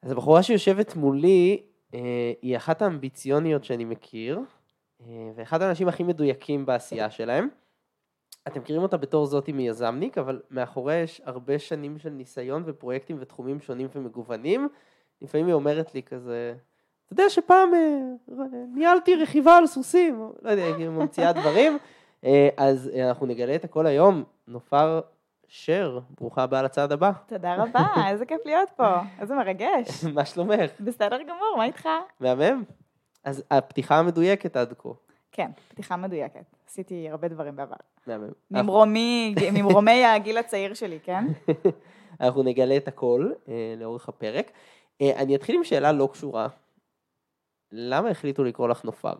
אז הבחורה שיושבת מולי, היא אחת האמביציוניות שאני מכיר, ואחד האנשים הכי מדויקים בעשייה שלהם. אתם מכירים אותה בתור זאתי מיזמניק, אבל מאחורי יש הרבה שנים של ניסיון ופרויקטים ותחומים שונים ומגוונים. לפעמים היא אומרת לי כזה, אתה יודע שפעם ניהלתי רכיבה על סוסים, לא יודע, היא ממציאה דברים. אז אנחנו נגלה את הכל היום. נופר שר, ברוכה הבאה לצעד הבא. תודה רבה, איזה כיף להיות פה, איזה מרגש. מה שלומך? בסדר גמור, מה איתך? מהמם. אז הפתיחה המדויקת עד כה. כן, פתיחה מדויקת. עשיתי הרבה דברים בעבר. מהמם. ממרומי הגיל הצעיר שלי, כן? אנחנו נגלה את הכל לאורך הפרק. אני אתחיל עם שאלה לא קשורה. למה החליטו לקרוא לך נופר?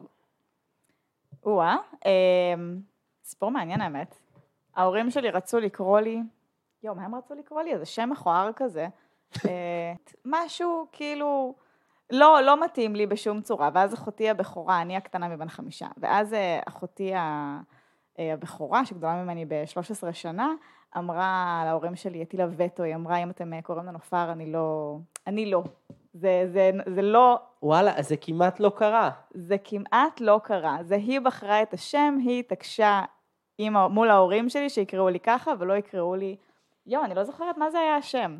סיפור מעניין האמת. ההורים שלי רצו לקרוא לי, מה הם רצו לקרוא לי? איזה שם מכוער כזה. משהו כאילו לא מתאים לי בשום צורה. ואז אחותי הבכורה, אני הקטנה מבין 5. ואז אחותי הבכורה, שגדולה ממני ב-13 שנה, אמרה להורים שלי, הטילה וטו, היא אמרה, אם אתם קוראים לנופר, אני לא. זה לא... וואלה, זה כמעט לא קרה. זה כמעט לא קרה. זה היא בחרה את השם, היא התעקשה מול ההורים שלי שיקראו לי ככה, ולא יקראו לי, אני לא זוכרת מה זה היה השם.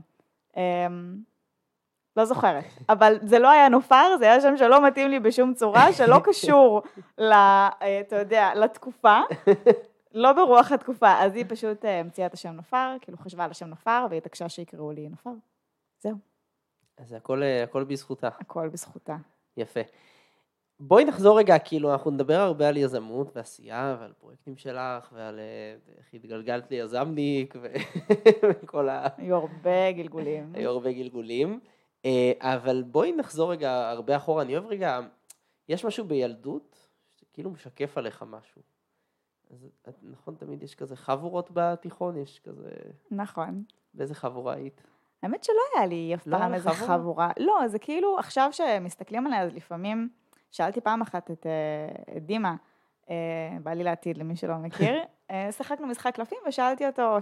לא זוכרת. אבל זה לא היה נופר, זה היה שם שלא מתאים לי בשום צורה, שלא קשור אתה יודע, לתקופה, לא ברוח התקופה. אז היא פשוט המציאה את השם נופר, כאילו חשבה על השם נופר, והיא התעקשה שיקראו לי נופר. זהו. אז הכל בזכותה. הכל בזכותה. יפה. בואי נחזור רגע, כאילו אנחנו נדבר הרבה על יזמות ועשייה, ועל פרויקטים שלך, ועל איך התגלגלת ליזמניק, וכל היו הרבה גלגולים. היו הרבה גלגולים. אבל בואי נחזור רגע הרבה אחורה. אני אוהב רגע, יש משהו בילדות, שכאילו משקף עליך משהו. אז נכון, תמיד יש כזה חבורות בתיכון, יש כזה... נכון. באיזה חבורה היית? האמת שלא היה לי אף פעם איזה חבורה. לא, זה כאילו, עכשיו שמסתכלים עליה, אז לפעמים, שאלתי פעם אחת את דימה, בא לי לעתיד למי שלא מכיר, שחקנו משחק קלפים ושאלתי אותו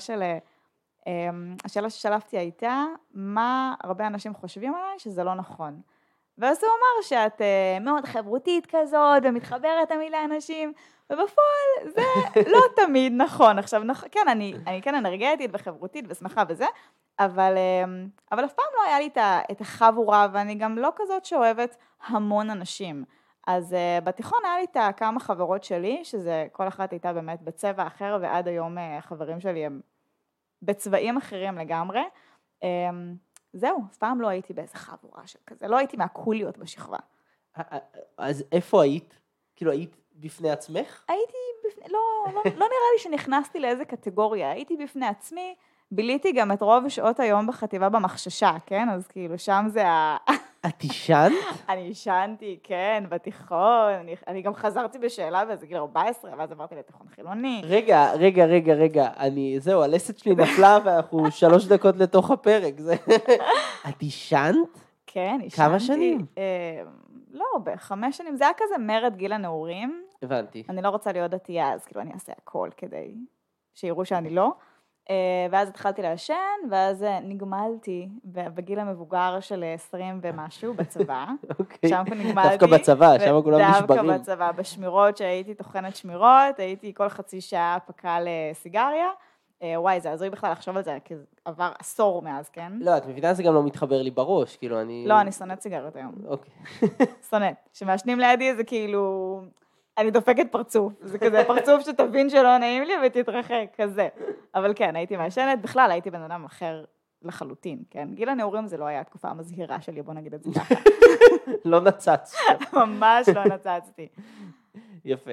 השאלה ששלפתי הייתה, מה הרבה אנשים חושבים עליי שזה לא נכון. ואז הוא אמר שאת מאוד חברותית כזאת ומתחברת תמיד לאנשים, ובפועל זה לא תמיד נכון. עכשיו, כן, אני כן אנרגטית וחברותית ושמחה וזה, אבל אף פעם לא היה לי את החבורה, ואני גם לא כזאת שאוהבת המון אנשים. אז בתיכון היה לי את כמה חברות שלי, שזה כל אחת הייתה באמת בצבע אחר, ועד היום החברים שלי הם בצבעים אחרים לגמרי. זהו, אף פעם לא הייתי באיזה חבורה של כזה, לא הייתי מהקוליות בשכבה. אז איפה היית? כאילו היית בפני עצמך? הייתי לא נראה לי שנכנסתי לאיזה קטגוריה, הייתי בפני עצמי, ביליתי גם את רוב שעות היום בחטיבה במחששה, כן? אז כאילו שם זה את ישנת? אני ישנתי, כן, בתיכון, אני גם חזרתי בשאלה באיזה גיל 14, ואז עברתי לתיכון חילוני. רגע, זהו, הלסת שלי נפלה, ואנחנו 3 דקות לתוך הפרק, את ישנת? כן, ישנתי. כמה שנים? לא, ב5 שנים, זה היה כזה מרד גיל הנעורים. הבנתי. אני לא רוצה להיות דתייה, אז כאילו אני אעשה הכל כדי שיראו שאני לא. ואז התחלתי לעשן, ואז נגמלתי בגיל המבוגר של 20 ומשהו בצבא. אוקיי. שם נגמלתי. דווקא בצבא, שם כולם נשברים. דווקא בצבא, בשמירות שהייתי תוכנת שמירות, הייתי כל חצי שעה פקה לסיגריה. וואי, זה עזוי בכלל לחשוב על זה, כי עבר עשור מאז, כן? לא, את מבינה, זה גם לא מתחבר לי בראש, כאילו אני... לא, אני שונאת סיגריות היום. אוקיי. שונאת. שמעשנים לידי זה כאילו... אני דופקת פרצוף, זה כזה פרצוף שתבין שלא נעים לי ותתרחק, כזה. אבל כן, הייתי מעשנת, בכלל הייתי בן אדם אחר לחלוטין, כן? גיל הנעורים זה לא היה התקופה המזהירה שלי, בוא נגיד את זה ככה. לא נצץ. ממש לא נצצתי. יפה.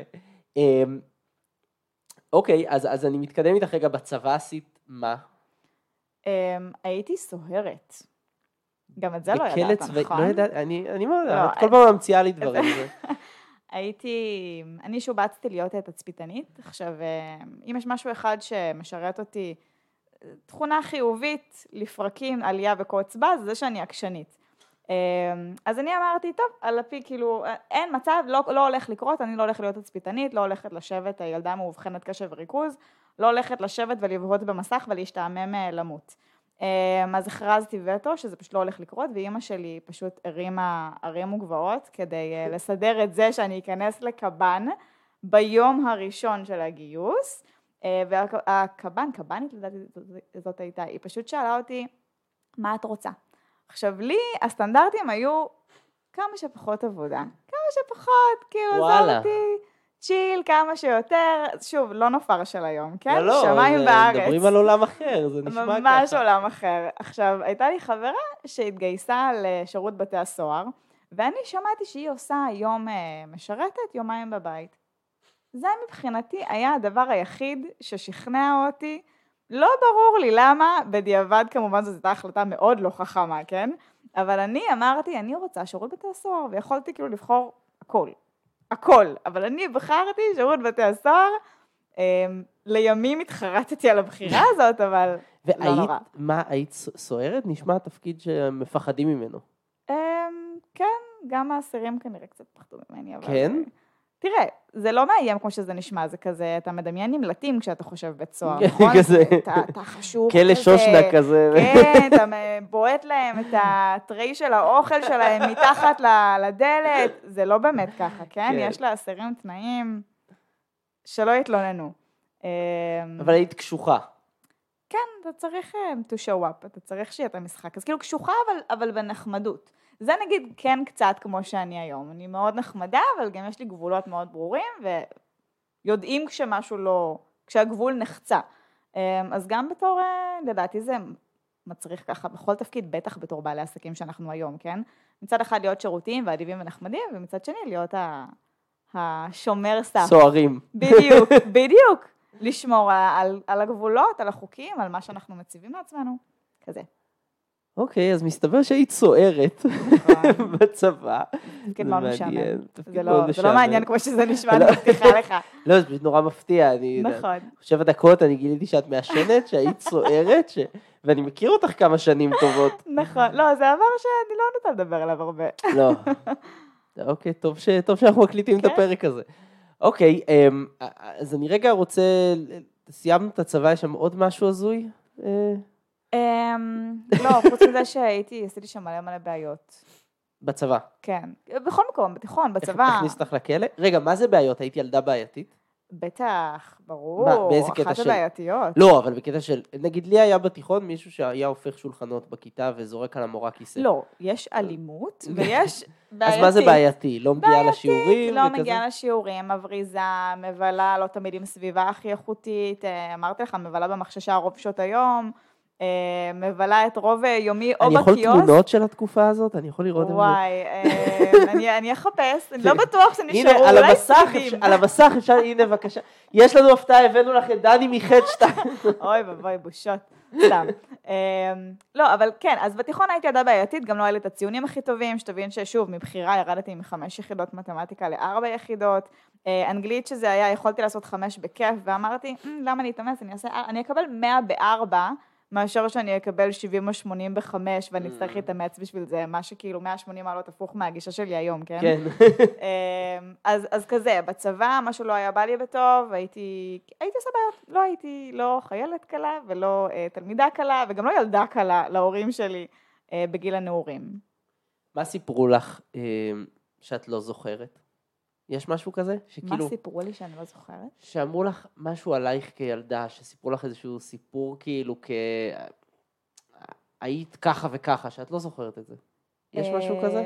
אוקיי, אז אני מתקדם איתך רגע, בצבא עשית מה? הייתי סוהרת. גם את זה לא ידעת, נכון? לא ידעת, אני מאוד, את כל פעם ממציאה לי דברים. אני שובצתי להיות תצפיתנית, עכשיו, אם יש משהו אחד שמשרת אותי, תכונה חיובית לפרקים, עלייה וקוץ בה, זה שאני עקשנית. אז אני אמרתי, טוב, על הפי, כאילו, אין מצב, לא הולך לקרות, אני לא הולך להיות תצפיתנית, לא הולכת לשבת, הילדה מאובחנת קשב וריכוז, לא הולכת לשבת ולבהות במסך ולהשתעמם למות. אז הכרזתי וטו, שזה פשוט לא הולך לקרות, ואימא שלי פשוט הרימו גבעות, כדי לסדר את זה שאני אכנס לקב"ן ביום הראשון של הגיוס, קב"נית לדעתי זאת הייתה, היא פשוט שאלה אותי, מה את רוצה? עכשיו לי הסטנדרטים היו כמה שפחות עבודה, כמה שפחות, כאילו עזוב אותי, צ'יל כמה שיותר, שוב, לא נופר של היום, כן? לא, שמיים בארץ. מדברים על עולם אחר, זה נשמע ככה. ממש עולם אחר. עכשיו, הייתה לי חברה שהתגייסה לשירות בתי הסוהר, ואני שמעתי שהיא עושה יום משרתת, יומיים בבית. זה מבחינתי היה הדבר היחיד ששכנע אותי, לא ברור לי למה, בדיעבד כמובן זאת הייתה החלטה מאוד לא חכמה, כן? אבל אני אמרתי, אני רוצה שירות בתי הסוהר, ויכולתי כאילו לבחור הכל, אבל אני בחרתי שירות בתי הסוהר, לימים התחרטתי על הבחירה הזאת, אבל לא נורא. מה, היית סוערת? נשמע תפקיד שמפחדים ממנו. כן, גם האסירים כנראה קצת פחדו ממני, אבל... כן? תראה, זה לא מאיים כמו שזה נשמע, זה כזה, אתה מדמיין נמלטים כשאתה חושב בית סוהר, נכון? אתה חשוך כזה. כלא שושנה כזה. כן, אתה בועט להם את הטרי של האוכל שלהם מתחת לדלת, זה לא באמת ככה, כן? יש לאסירים תנאים שלא יתלוננו. אבל היית קשוחה. כן, אתה צריך to show up, אתה צריך שיהיה את המשחק, אז כאילו קשוחה אבל בנחמדות. זה נגיד כן קצת כמו שאני היום, אני מאוד נחמדה, אבל גם יש לי גבולות מאוד ברורים, ויודעים כשמשהו לא, כשהגבול נחצה. אז גם בתור, לדעתי זה מצריך ככה, בכל תפקיד, בטח בתור בעלי עסקים שאנחנו היום, כן? מצד אחד להיות שירותיים ואדיבים ונחמדים, ומצד שני להיות השומר סף. סוהרים. בדיוק. לשמור על הגבולות, על החוקים, על מה שאנחנו מציבים לעצמנו, כזה. אוקיי, אז מסתבר שהיית סוערת בצבא. תפקיד מאוד משעמם. זה לא מעניין כמו שזה נשמע, אני מבטיחה לך. לא, זה נורא מפתיע. נכון. 7 דקות אני גיליתי שאת מעשנת, שהיית סוערת, ואני מכיר אותך כמה שנים טובות. נכון. לא, זה עבר שאני לא נוטה לדבר עליו הרבה. לא. אוקיי, טוב שאנחנו מקליטים את הפרק הזה. אוקיי, אז אני רגע רוצה, סיימנו את הצבא, יש שם עוד משהו הזוי? לא, חוץ מזה עשיתי שם מלא בעיות. בצבא? כן, בכל מקום, בתיכון, בצבא. הכניס אותך לכלא? רגע, מה זה בעיות? היית ילדה בעייתית? בטח, ברור, באיזה קטע של... אחת הבעייתיות. לא, אבל בקטע של, נגיד לי היה בתיכון מישהו שהיה הופך שולחנות בכיתה וזורק על המורה כיסא. לא, יש אלימות ויש בעייתית. אז מה זה בעייתי? לא מגיעה לשיעורים? בעייתית, לא מגיעה לשיעורים, מבריזה, מבלה, לא תמיד עם סביבה הכי איכותית, אמרתי לך, מבלה במחששה רוב שעות היום, מבלה את רוב יומי או בקיוסק. אני יכול תמונות של התקופה הזאת? אני יכול לראות את זה? וואי, אני אחפש, אני לא בטוח שנשארו, הנה, על המסך אפשר, הנה בבקשה. יש לנו הפתעה, הבאנו לך את דני מחד 2. אוי ובואי, בושות, סתם. לא, אבל כן, אז בתיכון הייתי ילדה בעייתית, גם לא היה לי את הציונים הכי טובים, שתבין ששוב, מבחירה ירדתי מ5 יחידות מתמטיקה ל4 יחידות, אנגלית שזה היה, יכולתי לעשות 5 בכיף, ואמרתי, למה אני אתאמץ, אני אקבל 100 ב4, מאשר שאני אקבל 70 או 80 ב5, ואני צריך להתאמץ בשביל זה, מה שכאילו 180 מעלות הפוך מהגישה שלי היום, כן? כן. אז כזה, בצבא, משהו לא היה בא לי בטוב, הייתי עושה בעיות, לא חיילת קלה, ולא תלמידה קלה, וגם לא ילדה קלה להורים שלי בגיל הנעורים. מה סיפרו לך שאת לא זוכרת? יש משהו כזה? מה סיפרו לי שאני לא זוכרת? שאמרו לך משהו עלייך כילדה, שסיפרו לך איזשהו סיפור כאילו היית ככה וככה, שאת לא זוכרת את זה. יש משהו כזה?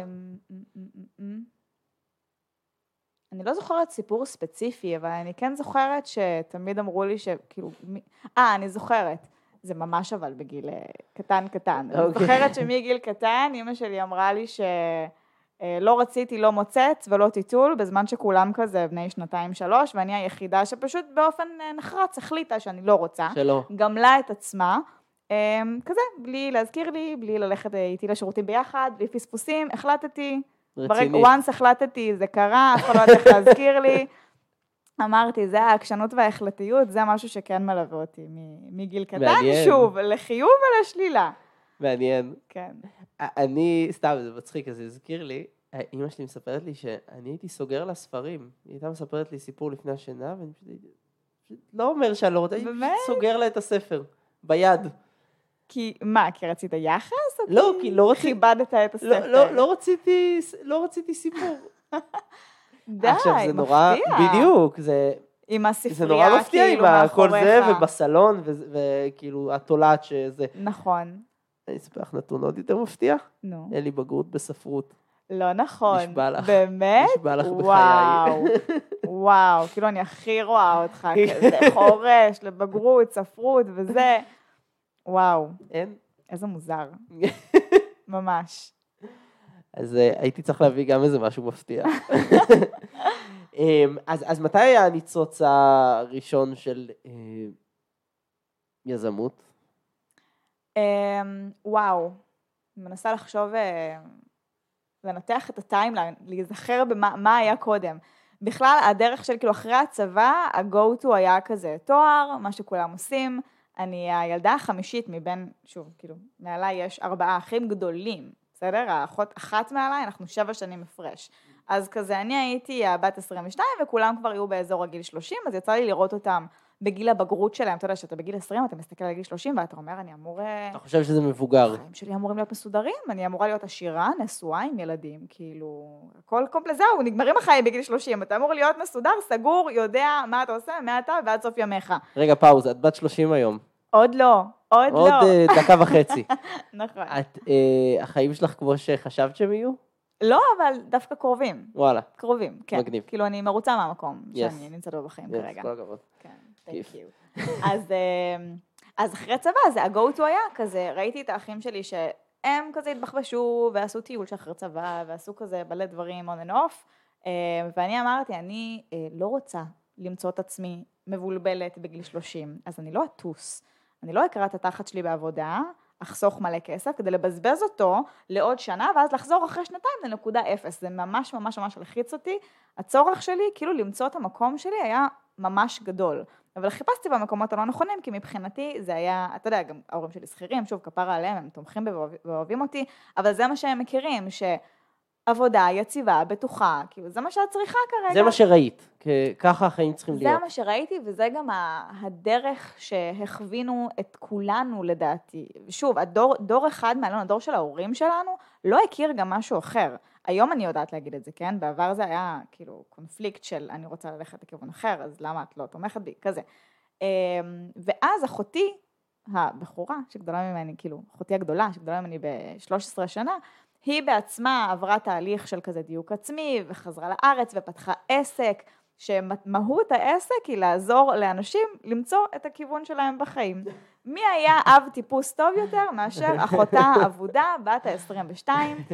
אני לא זוכרת סיפור ספציפי, אבל אני כן זוכרת שתמיד אמרו לי שכאילו... אני זוכרת. זה ממש אבל בגיל קטן. אני זוכרת שמגיל קטן, אמא שלי אמרה לי לא רציתי, לא מוצץ ולא טיטול, בזמן שכולם כזה בני 2-3, ואני היחידה שפשוט באופן נחרץ החליטה שאני לא רוצה. שלא. גמלה את עצמה, כזה, בלי להזכיר לי, בלי ללכת איתי לשירותים ביחד, בלי פספוסים, החלטתי. רציני. once החלטתי, זה קרה, אף אחד לא צריך להזכיר לי. אמרתי, זה העקשנות וההחלטיות, זה משהו שכן מלווה אותי מגיל קטן, מעניין. שוב, לחיוב ולשלילה. מעניין. כן. אני, סתם, זה מצחיק, אז זה הזכיר לי, אמא שלי מספרת לי שאני הייתי סוגר לה ספרים. היא הייתה מספרת לי סיפור לפני השינה, ואני פשוט לא אומר שאני לא רוצה, אני פשוט סוגר לה את הספר, ביד. כי מה, כי רצית יחס? לא, כי לא רציתי... כיבדת את הספר? לא רציתי סיפור. די, עכשיו זה נורא, מפתיע. בדיוק, עם זה הספרייה, נורא מפתיע עם כאילו, כל זה, מאחוריך. ובסלון, וכאילו התולעת שזה. נכון. אני אספר לך נתון עוד יותר מפתיע. נו. אין לי בגרות בספרות. לא נכון. נשבע לך. באמת? נשבע לך בחיי. וואו. וואו, כאילו אני הכי רואה אותך כזה חורש, לבגרות, ספרות וזה. וואו. אין? איזה מוזר. ממש. אז הייתי צריך להביא גם איזה משהו מפתיע. אז מתי היה הניצוץ הראשון של יזמות? וואו. אני מנסה לחשוב, לנתח את הטיימליין, להיזכר מה היה קודם. בכלל, הדרך של כאילו אחרי הצבא, ה-go-to היה כזה תואר, מה שכולם עושים. אני הילדה החמישית מבין, שוב, כאילו, מעליי יש 4 אחים גדולים, בסדר? האחות אחת מעליי, אנחנו 7 שנים הפרש. אז כזה, אני הייתי הבת 22, וכולם כבר היו באזור הגיל 30, אז יצא לי לראות אותם בגיל הבגרות שלהם. אתה יודע שאתה בגיל 20, אתה מסתכל על גיל 30, ואתה אומר, אני אמור... אתה חושב שזה מבוגר? החיים שלי אמורים להיות מסודרים, אני אמורה להיות עשירה, נשואה עם ילדים, כאילו, הכל זהו, נגמרים החיים בגיל 30, אתה אמור להיות מסודר, סגור, יודע מה אתה עושה, מעתה ועד סוף ימיך. רגע, פאוז, את בת 30 היום. עוד לא. עוד דקה וחצי. נכון. החיים שלך כמו שחשבת שהם יהיו? לא, אבל דווקא קרובים. וואלה. קרובים, כן. מגניב. כאילו, אני מרוצה מהמקום Yes. שאני נמצאת בו בחיים כרגע. כל הכבוד. כן, כיף. thank you. אז אחרי צבא, זה ה-go-to היה כזה, ראיתי את האחים שלי שהם כזה התבחבשו ועשו טיול שאחרי צבא, ועשו כזה מלא דברים on and off, ואני אמרתי, אני לא רוצה למצוא את עצמי מבולבלת בגיל 30, אז אני לא אטוס, אני לא אקרא את התחת שלי בעבודה, אחסוך מלא כסף, כדי לבזבז אותו לעוד שנה, ואז לחזור אחרי 2 לנקודה 0. זה ממש ממש ממש הלחיץ אותי. הצורך שלי, כאילו למצוא את המקום שלי, היה ממש גדול. אבל חיפשתי במקומות הלא נכונים, כי מבחינתי זה היה, אתה יודע, גם ההורים שלי שכירים, שוב, כפרה עליהם, הם תומכים ואוהבים אותי, אבל זה מה שהם מכירים, שעבודה יציבה, בטוחה, כאילו זה מה שאת צריכה כרגע. זה מה שראית, ככה החיים צריכים להיות. זה מה שראיתי, וזה גם הדרך שהכווינו את כולנו לדעתי. שוב, דור אחד מעלינו, הדור של ההורים שלנו, לא הכיר גם משהו אחר. היום אני יודעת להגיד את זה, כן? בעבר זה היה כאילו קונפליקט של אני רוצה ללכת לכיוון אחר, אז למה את לא תומכת בי? כזה. ואז אחותי, הבחורה שגדולה ממני, כאילו, אחותי הגדולה שגדולה ממני ב-13 שנה, היא בעצמה עברה תהליך של כזה דיוק עצמי, וחזרה לארץ ופתחה עסק, שמהות העסק היא לעזור לאנשים למצוא את הכיוון שלהם בחיים. מי היה אב טיפוס טוב יותר מאשר אחותה עבודה, בת ה-22,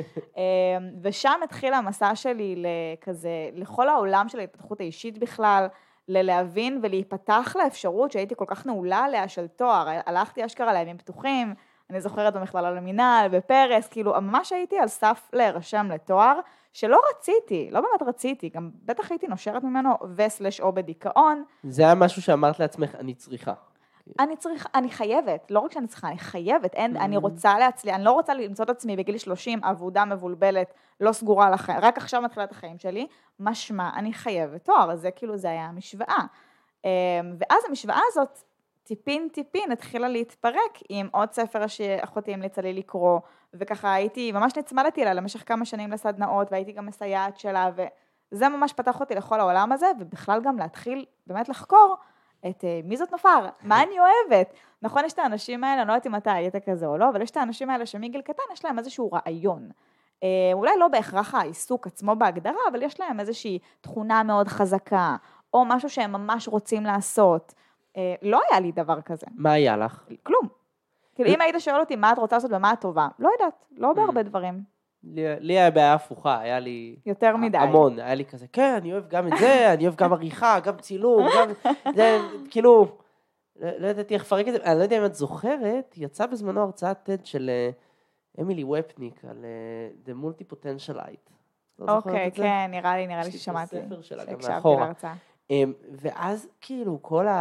ושם התחיל המסע שלי לכזה, לכל העולם של ההתפתחות האישית בכלל, ללהבין ולהיפתח לאפשרות שהייתי כל כך נעולה עליה של תואר. הלכתי אשכרה לימים פתוחים, אני זוכרת במכללה למינהל, בפרס, כאילו ממש הייתי על סף להירשם לתואר, שלא רציתי, לא באמת רציתי, גם בטח הייתי נושרת ממנו וסלש או בדיכאון. זה היה משהו שאמרת לעצמך, אני צריכה. אני חייבת, לא רק שאני צריכה, אני חייבת, אני רוצה להצליח, אני לא רוצה למצוא את עצמי בגיל 30, עבודה מבולבלת, לא סגורה לחיים, רק עכשיו מתחילת החיים שלי, משמע, אני חייבת תואר, אז זה כאילו, זה היה המשוואה. ואז המשוואה הזאת, טיפין התחילה להתפרק עם עוד ספר שאחותי המליצה לי לקרוא, וככה הייתי, ממש נצמדתי לה למשך כמה שנים לסדנאות, והייתי גם מסייעת שלה, וזה ממש פתח אותי לכל העולם הזה, ובכלל גם להתחיל באמת לחקור את מי זאת נופר, מה אני אוהבת. נכון, יש את האנשים האלה, אני לא יודעת אם אתה היית כזה או לא, אבל יש את האנשים האלה שמגיל קטן יש להם איזשהו רעיון. אולי לא בהכרח העיסוק עצמו בהגדרה, אבל יש להם איזושהי תכונה מאוד חזקה, או משהו שהם ממש רוצים לעשות. לא היה לי דבר כזה. מה היה לך? כלום. כאילו, אם היית שואל אותי מה את רוצה לעשות ומה את טובה, לא יודעת, לא בהרבה דברים. לי היה בעיה הפוכה, היה לי... יותר מדי. המון, היה לי כזה, כן, אני אוהב גם את זה, אני אוהב גם עריכה, גם צילום, גם... זה, כאילו, לא ידעתי איך לפרק את זה, אני לא יודע אם את זוכרת, יצא בזמנו הרצאת TED של אמילי ופניק, על The Multi-Potentialite. אוקיי, כן, נראה לי ששמעתי. יש לי את הספר שלה גם הקשבתי מאחורה. להרצאה. ואז כאילו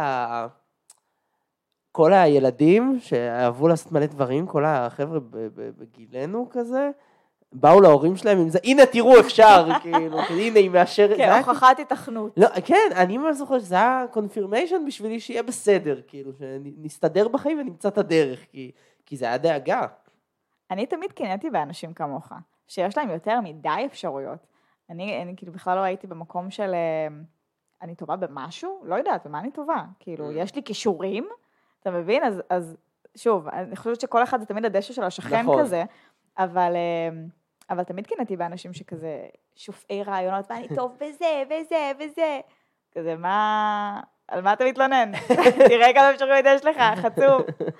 כל הילדים שאהבו לעשות מלא דברים, כל החבר'ה בגילנו כזה, באו להורים שלהם עם זה, הנה תראו אפשר, כאילו, הנה היא מאשרת. כן, הוכחת התכנות. לא, כן, אני ממש זוכר שזה היה קונפירמיישן בשבילי שיהיה בסדר, כאילו, שנסתדר בחיים ונמצא את הדרך, כי כי זה היה דאגה. אני תמיד קינאתי באנשים כמוך, שיש להם יותר מדי אפשרויות. אני כאילו בכלל לא הייתי במקום של, אני טובה במשהו? לא יודעת, במה אני טובה? כאילו, יש לי כישורים, אתה מבין? אז שוב, אני חושבת שכל אחד זה תמיד הדשא של השכן כזה, אבל תמיד קינאתי באנשים שכזה שופעי רעיונות, ואני טוב בזה, וזה, וזה. כזה, על מה אתה מתלונן? תראה כמה אפשרויות יש לך, חצוף.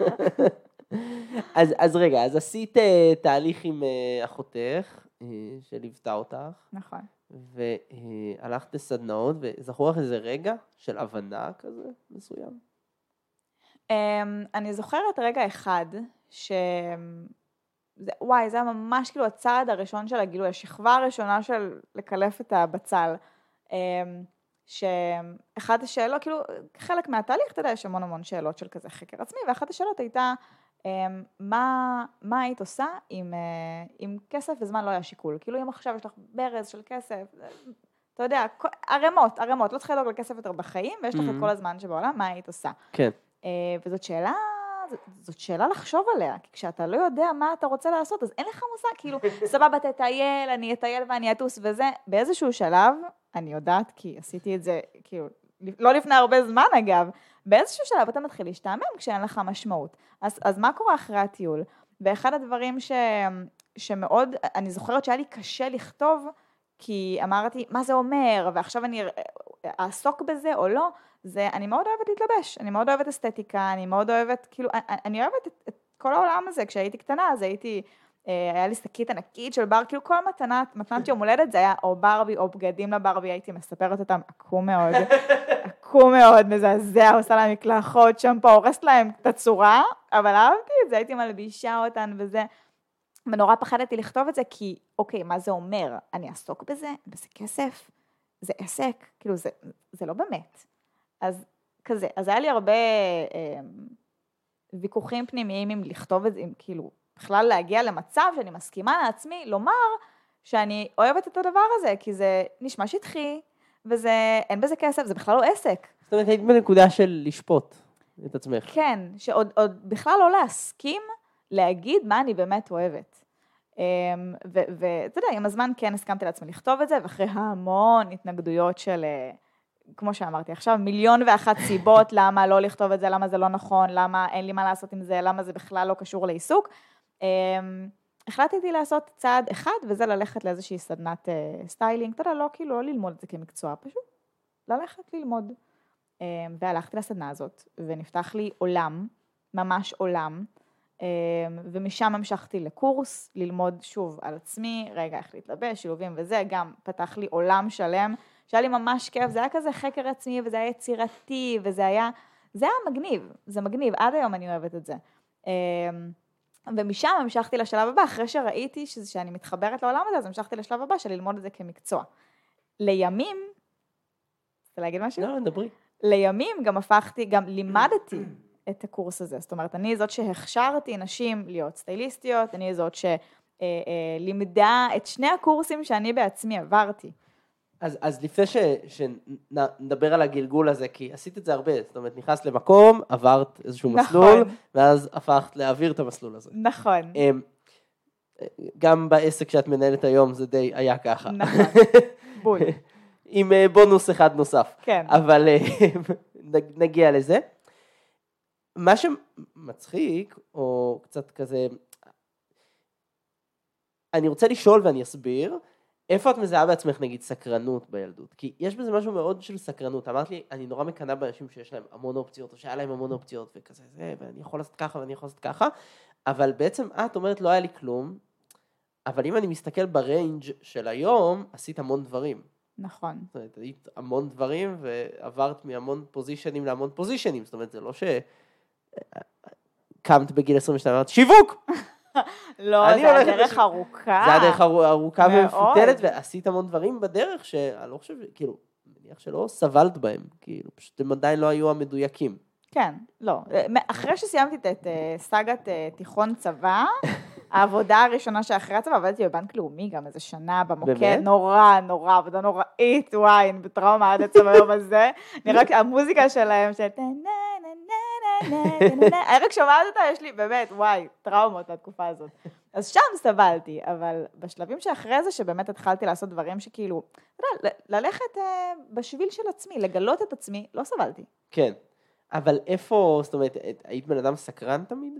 אז רגע, אז עשית תהליך עם אחותך, שליוותה אותך. נכון. והלכת לסדנאות, וזכור לך איזה רגע של הבנה כזה מסוים? אני זוכרת רגע אחד, וואי, זה היה ממש כאילו הצעד הראשון של הגילוי, השכבה הראשונה של לקלף את הבצל, שאחת השאלות, כאילו חלק מהתהליך, אתה יודע, יש המון שאלות של כזה חקר עצמי, ואחת השאלות הייתה, מה היית עושה אם כסף וזמן לא היה שיקול? כאילו אם עכשיו יש לך ברז של כסף, אתה יודע, ערמות, לא צריך לדאוג לכסף יותר בחיים, ויש לך את כל הזמן שבעולם, מה היית עושה? כן. וזאת שאלה לחשוב עליה, כי כשאתה לא יודע מה אתה רוצה לעשות, אז אין לך מושג, כאילו, סבבה תטייל, אני אטייל ואני אטוס וזה, באיזשהו שלב, אני יודעת, כי עשיתי את זה, כאילו, לא לפני הרבה זמן אגב, באיזשהו שלב אתה מתחיל להשתעמם כשאין לך משמעות. אז מה קורה אחרי הטיול? ואחד הדברים שמאוד, אני זוכרת שהיה לי קשה לכתוב, כי אמרתי, מה זה אומר, ועכשיו אני אעסוק בזה או לא, זה, אני מאוד אוהבת להתלבש, אני מאוד אוהבת אסתטיקה, אני מאוד אוהבת, כאילו, אני אוהבת את כל העולם הזה, כשהייתי קטנה, אז היה לי שקית ענקית של בר, כאילו כל מתנת יום הולדת, זה היה או ברבי או בגדים לברבי, הייתי מספרת אותם עקום מאוד, מזעזע, עושה להם מקלחות, שמפו, הורסת להם את הצורה, אבל אהבתי את זה, הייתי מלבישה אותן וזה, ונורא פחדתי לכתוב את זה, כי אוקיי, מה זה אומר? אני אעסוק בזה? זה כסף? זה עסק? כאילו, זה לא באמת. אז כזה, אז היה לי הרבה ויכוחים פנימיים עם לכתוב את זה, כאילו, בכלל להגיע למצב שאני מסכימה לעצמי, לומר שאני אוהבת את הדבר הזה, כי זה נשמע שטחי, אין בזה כסף, זה בכלל לא עסק. זאת אומרת, היית בנקודה של לשפוט את עצמך. כן, שעוד בכלל לא להסכים להגיד מה אני באמת אוהבת. ואתה יודע, עם הזמן כן הסכמתי לעצמי לכתוב את זה, ואחרי המון התנגדויות של, כמו שאמרתי עכשיו, 1,000,001 סיבות למה לא לכתוב את זה, למה זה לא נכון, למה אין לי מה לעשות עם זה, למה זה בכלל לא קשור לעיסוק. החלטתי לעשות צעד אחד, וזה ללכת לאיזושהי סדנת סטיילינג, אתה יודע, לא כאילו, לא ללמוד את זה כמקצוע, פשוט ללכת ללמוד. והלכתי לסדנה הזאת, ונפתח לי עולם, ממש עולם, ומשם המשכתי לקורס, ללמוד שוב על עצמי, רגע איך להתלבש, שילובים וזה, גם פתח לי עולם שלם, שהיה לי ממש כיף, זה היה כזה חקר עצמי, וזה היה יצירתי, זה היה מגניב, זה מגניב, עד היום אני אוהבת את זה. ומשם המשכתי לשלב הבא, אחרי שראיתי שאני מתחברת לעולם הזה, אז המשכתי לשלב הבא של ללמוד את זה כמקצוע. לימים, רוצה להגיד משהו? לא, דברי. לימים גם לימדתי את הקורס הזה, זאת אומרת, אני זאת שהכשרתי נשים להיות סטייליסטיות, אני זאת שלימדה את שני הקורסים שאני בעצמי עברתי. אז לפני שנדבר על הגלגול הזה, כי עשית את זה הרבה, זאת אומרת, נכנסת למקום, עברת איזשהו מסלול, ואז הפכת להעביר את המסלול הזה. נכון. גם בעסק שאת מנהלת היום זה די היה ככה. נכון, בול. עם בונוס אחד נוסף. כן. אבל נגיע לזה. מה שמצחיק, או קצת כזה, אני רוצה לשאול ואני אסביר, איפה את מזהה בעצמך נגיד סקרנות בילדות? כי יש בזה משהו מאוד של סקרנות. אמרת לי, אני נורא מקנא באנשים שיש להם המון אופציות, או שהיה להם המון אופציות וכזה זה, ואני יכול לעשות ככה ואני יכול לעשות ככה, אבל בעצם את אומרת לא היה לי כלום, אבל אם אני מסתכל בריינג' של היום, עשית המון דברים. נכון. זאת אומרת, היית המון דברים, ועברת מהמון פוזישנים להמון פוזישנים, זאת אומרת, זה לא שקמת בגיל 22, אמרת, שיווק! לא, זה הדרך ארוכה. זה הדרך ארוכה ומפותלת, ועשית המון דברים בדרך שאני לא חושב, כאילו, מניח שלא סבלת בהם, כאילו, פשוט הם עדיין לא היו המדויקים. כן, לא. אחרי שסיימתי את סאגת תיכון צבא, העבודה הראשונה שאחרי הצבא, עבדתי בבנק לאומי גם איזה שנה במוקד, נורא, עבודה נוראית, וואי, בטראומה עד עצם היום הזה. נראה המוזיקה שלהם, אני רק שומעת אותה, יש לי באמת, וואי, טראומות לתקופה הזאת. אז שם סבלתי, אבל בשלבים שאחרי זה, שבאמת התחלתי לעשות דברים שכאילו, אתה יודע, ללכת בשביל של עצמי, לגלות את עצמי, לא סבלתי. כן, אבל איפה, זאת אומרת, היית בן אדם סקרן תמיד?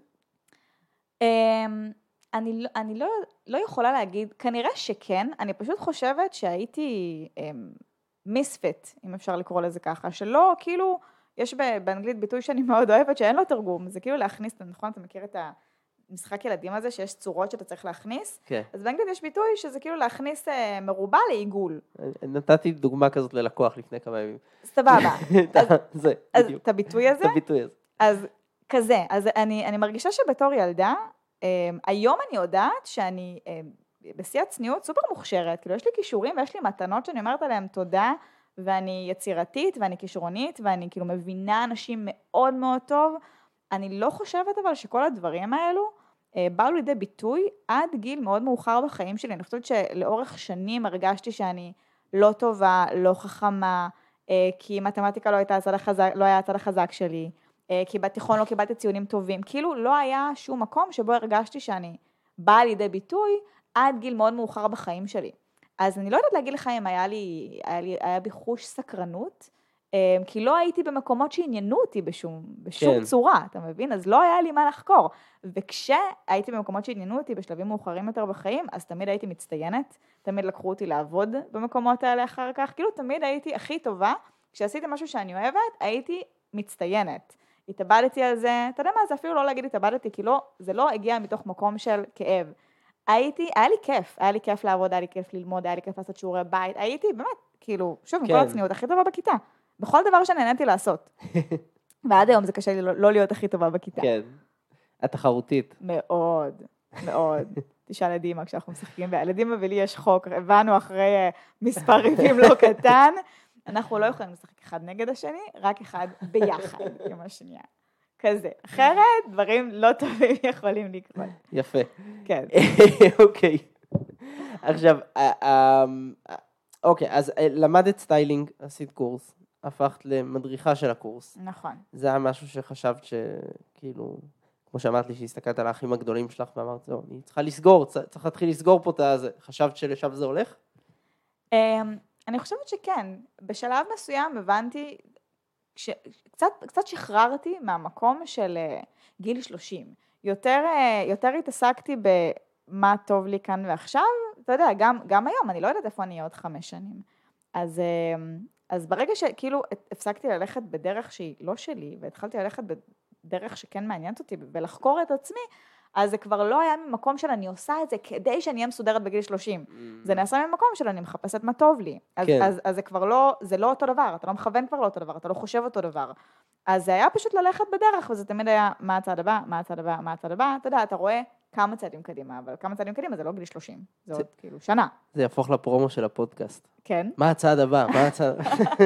אני לא יכולה להגיד, כנראה שכן, אני פשוט חושבת שהייתי מיספט, אם אפשר לקרוא לזה ככה, שלא, כאילו, יש באנגלית ביטוי שאני מאוד אוהבת, שאין לו תרגום, זה כאילו להכניס, נכון, אתה מכיר את המשחק ילדים הזה, שיש צורות שאתה צריך להכניס? כן. אז באנגלית יש ביטוי שזה כאילו להכניס מרובע לעיגול. נתתי דוגמה כזאת ללקוח לפני כמה ימים. סבבה. זה, אז בדיוק. את הביטוי הזה? את הביטוי הזה. אז כזה, אז אני מרגישה שבתור ילדה, היום אני יודעת שאני בשיא הצניעות סופר מוכשרת, כאילו יש לי כישורים ויש לי מתנות שאני אומרת עליהם תודה, ואני יצירתית ואני כישרונית ואני כאילו מבינה אנשים מאוד מאוד טוב. אני לא חושבת אבל שכל הדברים האלו באו לידי ביטוי עד גיל מאוד מאוחר בחיים שלי. אני חושבת שלאורך שנים הרגשתי שאני לא טובה, לא חכמה, כי מתמטיקה לא היה הצד החזק שלי, כי בתיכון לא קיבלתי ציונים טובים, כאילו לא היה שום מקום שבו הרגשתי שאני באה לידי ביטוי עד גיל מאוד מאוחר בחיים שלי. אז אני לא יודעת להגיד לך אם היה בי חוש סקרנות, כי לא הייתי במקומות שעניינו אותי בשום כן. צורה, אתה מבין? אז לא היה לי מה לחקור. וכשהייתי במקומות שעניינו אותי בשלבים מאוחרים יותר בחיים, אז תמיד הייתי מצטיינת, תמיד לקחו אותי לעבוד במקומות האלה אחר כך, כאילו תמיד הייתי הכי טובה, כשעשיתי משהו שאני אוהבת, הייתי מצטיינת. התאבדתי על זה, אתה יודע מה, זה אפילו לא להגיד התאבדתי, כי לא, זה לא הגיע מתוך מקום של כאב. היה לי כיף לעבוד, היה לי כיף ללמוד, היה לי כיף לעשות שיעורי בית, הייתי באמת, כאילו, שוב, עם כל הצניעות, הכי טובה בכיתה, בכל דבר שנהניתי לעשות. ועד היום זה קשה לי לא להיות הכי טובה בכיתה. כן, התחרותית. מאוד, מאוד. תשאל לדימה כשאנחנו משחקים, לדימה ולי יש חוק, הבנו אחרי מספר ריבים לא קטן, אנחנו לא יכולים לשחק אחד נגד השני, רק אחד ביחד עם השנייה. כזה. אחרת, דברים לא טובים יכולים לקרות. יפה. כן. אוקיי. עכשיו, אוקיי, אז למדת סטיילינג, עשית קורס, הפכת למדריכה של הקורס. נכון. זה היה משהו שחשבת שכאילו, כמו שאמרת לי, שהסתכלת על האחים הגדולים שלך, ואמרת, זהו, אני צריכה לסגור, צריך להתחיל לסגור פה את הזה. חשבת שלשם זה הולך? אני חושבת שכן. בשלב מסוים הבנתי, קצת שחררתי מהמקום של גיל 30. יותר התעסקתי במה טוב לי כאן ועכשיו, אתה יודע, גם היום, אני לא יודעת איפה אני אהיה עוד 5 שנים. אז ברגע שכאילו הפסקתי ללכת בדרך שהיא לא שלי, והתחלתי ללכת בדרך שכן מעניינת אותי, ולחקור את עצמי, אז זה כבר לא היה ממקום של אני עושה את זה כדי שאני אהיה מסודרת בגיל 30. זה נעשה ממקום של אני מחפשת מה טוב לי. אז זה כבר לא, זה לא אותו דבר, אתה לא מכוון כבר לא אותו דבר, אתה לא חושב אותו דבר. אז זה היה פשוט ללכת בדרך, וזה תמיד היה מה הצעד הבא, מה הצעד הבא, מה הצעד הבא. אתה יודע, אתה רואה כמה צעדים קדימה, אבל כמה צעדים קדימה זה לא גיל 30, זה עוד כאילו שנה. זה יהפוך לפרומו של הפודקאסט. כן. מה הצעד הבא? מה הצעד...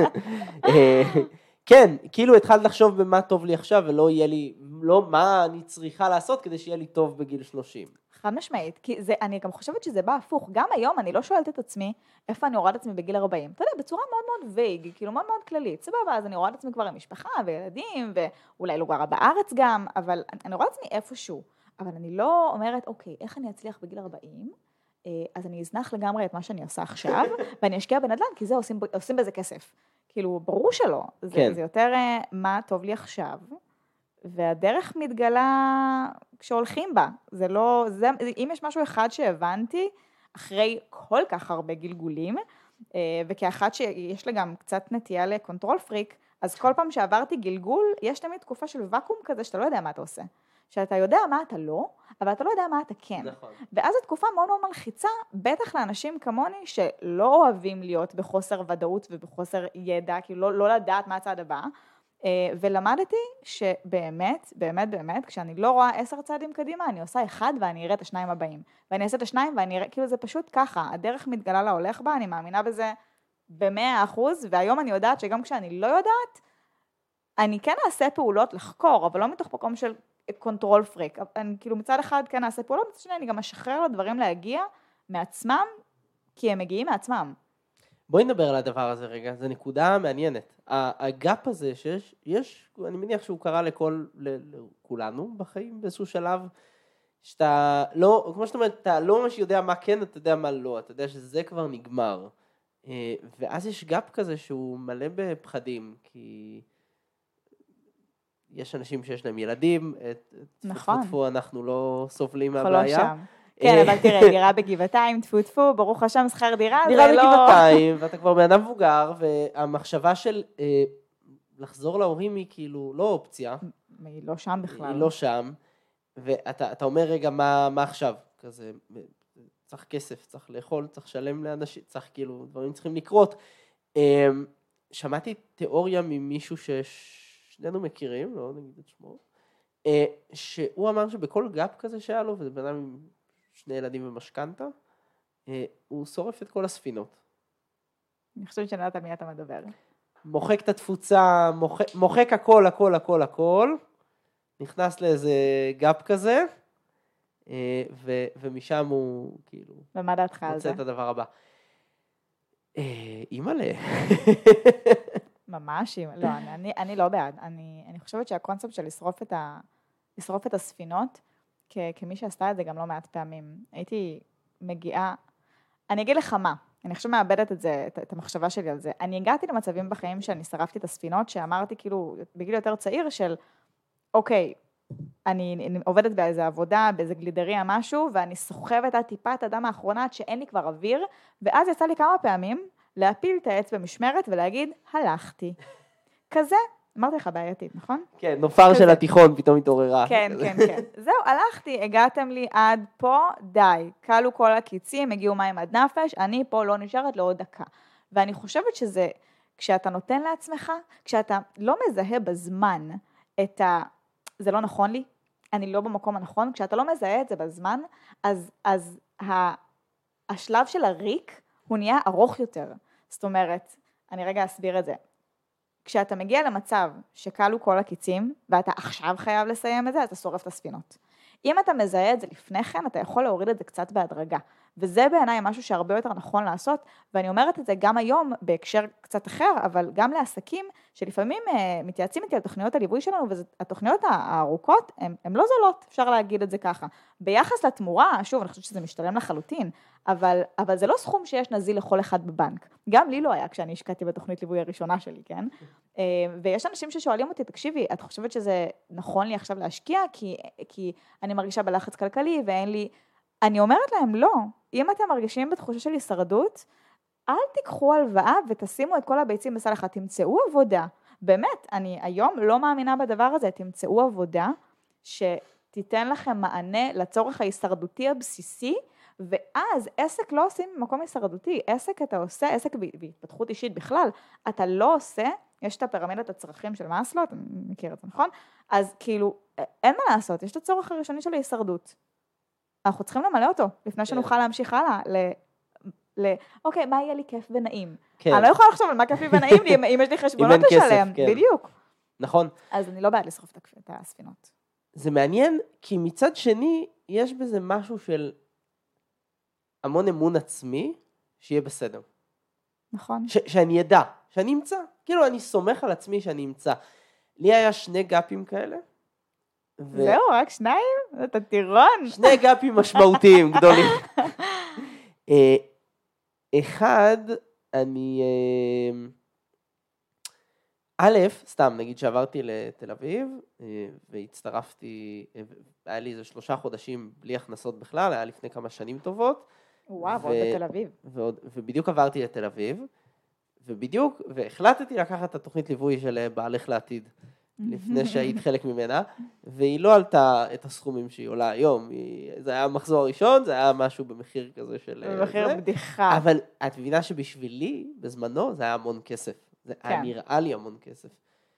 כן, כאילו התחלת לחשוב במה טוב לי עכשיו, ולא יהיה לי, לא מה אני צריכה לעשות כדי שיהיה לי טוב בגיל 30. חד משמעית, כי אני גם חושבת שזה בא הפוך, גם היום אני לא שואלת את עצמי, איפה אני רואה את עצמי בגיל 40, אתה יודע, בצורה מאוד מאוד וייג, כאילו מאוד מאוד כללית, סבבה, אז אני רואה את עצמי כבר עם משפחה וילדים, ואולי לא גרה בארץ גם, אבל אני רואה את עצמי איפשהו, אבל אני לא אומרת, אוקיי, איך אני אצליח בגיל 40, אז אני אזנח לגמרי את מה שאני עושה עכשיו, ואני אשקיע בנדל"ן, כי זה עושים בזה כסף. כאילו, ברור שלא. כן. זה יותר מה טוב לי עכשיו, והדרך מתגלה כשהולכים בה. זה לא, אם יש משהו אחד שהבנתי, אחרי כל כך הרבה גלגולים, וכאחת שיש לה גם קצת נטייה לקונטרול פריק, אז כל פעם שעברתי גלגול, יש תמיד תקופה של וקום כזה, שאתה לא יודע מה אתה עושה. שאתה יודע מה אתה לא, אבל אתה לא יודע מה אתה כן. נכון. ואז התקופה מאוד מאוד מלחיצה, בטח לאנשים כמוני שלא אוהבים להיות בחוסר ודאות ובחוסר ידע, כאילו לא לדעת מה הצעד הבא, ולמדתי שבאמת, באמת, באמת, כשאני לא רואה 10 צעדים קדימה, אני עושה 1 ואני אראה את 2 הבאים. ואני אעשה את 2 ואני אראה, כאילו זה פשוט ככה, הדרך מתגלה להולך בה, אני מאמינה בזה ב100%, והיום אני יודעת שגם כשאני לא יודעת, אני כן אעשה פעולות לחקור, אבל לא מתוך מקום של קונטרול פריק. אני כאילו מצד אחד כן אעשה פעולות, מצד שני אני גם אשחרר לדברים להגיע מעצמם, כי הם מגיעים מעצמם. בואי נדבר על הדבר הזה רגע, זו נקודה מעניינת. הגאפ הזה שיש, אני מניח שהוא קרה לכולנו בחיים באיזשהו שלב, שאתה לא, כמו שאתה אומרת, אתה לא ממש יודע מה כן, אתה יודע מה לא, אתה יודע שזה כבר נגמר. ואז יש גאפ כזה שהוא מלא בפחדים, כי יש אנשים שיש להם ילדים, נכון. טפו, אנחנו לא סובלים אנחנו מהבעיה. לא שם. כן, אבל תראה, דירה בגבעתיים, טפו טפו, ברוך השם, שכר דירה, זה לא... דירה בגבעתיים, ואתה כבר בן אדם מבוגר, והמחשבה של לחזור להורים היא כאילו לא אופציה. היא לא שם בכלל. היא לא שם, ואתה אומר רגע, מה עכשיו? כזה, צריך כסף, צריך לאכול, צריך לשלם לאנשים, צריך כאילו, דברים צריכים לקרות. שמעתי תיאוריה ממישהו ששנינו מכירים, לא נגיד את שמו, שהוא אמר שבכל גאפ כזה שהיה לו, וזה בן אדם עם 2 ילדים ומשכנתה, הוא שורף את כל הספינות. אני חושבת שאני יודעת על מי אתה מדבר. מוחק את התפוצה, מוחק הכל, נכנס לאיזה גאפ כזה, ומשם הוא כאילו... ומה דעתך על זה? מוצא את הדבר הבא. אימא'לה. ממש, לא, אני לא בעד. אני חושבת שהקונספט של לשרוף את הספינות, כמי שעשתה את זה גם לא מעט פעמים, הייתי מגיעה, אני אגיד לך מה, אני חושב מאבדת את המחשבה שלי על זה. אני הגעתי למצבים בחיים שאני שרפתי את הספינות, שאמרתי כאילו בגיל יותר צעיר של, אוקיי, אני עובדת באיזה עבודה, באיזה גלידריה משהו, ואני סוחבת על טיפת הדם האחרונה עד שאין לי כבר אוויר, ואז יצא לי כמה פעמים להפיל את העץ במשמרת ולהגיד, הלכתי. כזה, אמרתי לך בעייתית, נכון? כן, נופר של התיכון פתאום התעוררה. כן. זהו, הלכתי, הגעתם לי עד פה, די. קלו כל הקיצים, הגיעו מים עד נפש, אני פה לא נשארת לעוד דקה. ואני חושבת שזה, כשאתה נותן לעצמך, כשאתה לא מזהה בזמן זה לא נכון לי, אני לא במקום הנכון, כשאתה לא מזהה את זה בזמן, אז השלב של הריק הוא נהיה ארוך יותר. זאת אומרת, אני רגע אסביר את זה. כשאתה מגיע למצב שקלו כל הקיצים, ואתה עכשיו חייב לסיים את זה, אז אתה שורף את הספינות. אם אתה מזהה את זה לפני כן, אתה יכול להוריד את זה קצת בהדרגה. וזה בעיניי משהו שהרבה יותר נכון לעשות, ואני אומרת את זה גם היום בהקשר קצת אחר, אבל גם לעסקים שלפעמים מתייעצים איתי על תוכניות הליווי שלנו, והתוכניות הארוכות הן לא זולות, אפשר להגיד את זה ככה. ביחס לתמורה, שוב, אני חושבת שזה משתלם לחלוטין, אבל זה לא סכום שיש נזיל לכל אחד בבנק. גם לי לא היה כשאני השקעתי בתוכנית ליווי הראשונה שלי, כן? ויש אנשים ששואלים אותי, תקשיבי, את חושבת שזה נכון לי עכשיו להשקיע, כי אני מרגישה בלחץ כלכלי ואין לי... אני אומרת להם, לא, אם אתם מרגישים בתחושה של הישרדות, אל תיקחו הלוואה ותשימו את כל הביצים בסל אחד, תמצאו עבודה. באמת, אני היום לא מאמינה בדבר הזה, תמצאו עבודה שתיתן לכם מענה לצורך ההישרדותי הבסיסי, ואז עסק לא עושים במקום הישרדותי, עסק אתה עושה, עסק בהתפתחות אישית בכלל, אתה לא עושה, יש את הפירמידת הצרכים של מאסלו, אתה מכיר את זה, נכון? אז כאילו, אין מה לעשות, יש את הצורך הראשוני של ההישרדות. אנחנו צריכים למלא אותו, לפני שנוכל להמשיך הלאה, אוקיי, מה יהיה לי כיף ונעים? אני לא יכולה לחשוב על מה כיף לי ונעים לי, אם יש לי חשבונות לשלם, בדיוק. נכון. אז אני לא בעד לשרוף את הספינות. זה מעניין, כי מצד שני, יש בזה משהו של המון אמון עצמי, שיהיה בסדר. נכון. שאני ידע, שאני אמצא. כאילו, אני סומך על עצמי שאני אמצא. לי היה 2 גאפים כאלה. זהו, רק 2? אתה טירון. 2 גאפים משמעותיים, גדולים. אחד, אני... סתם, נגיד שעברתי לתל אביב, והצטרפתי, היה לי איזה 3 חודשים בלי הכנסות בכלל, היה לפני כמה שנים טובות. וואו, ועוד בתל אביב. ובדיוק עברתי לתל אביב, והחלטתי לקחת את התוכנית ליווי של בעלך לעתיד, לפני שהיית חלק ממנה, והיא לא עלתה את הסכומים שהיא עולה היום, זה היה מחזור ראשון, זה היה משהו במחיר כזה של... במחיר בדיחה. אבל את מבינה שבשבילי, בזמנו, זה היה המון כסף. זה היה נראה לי המון כסף.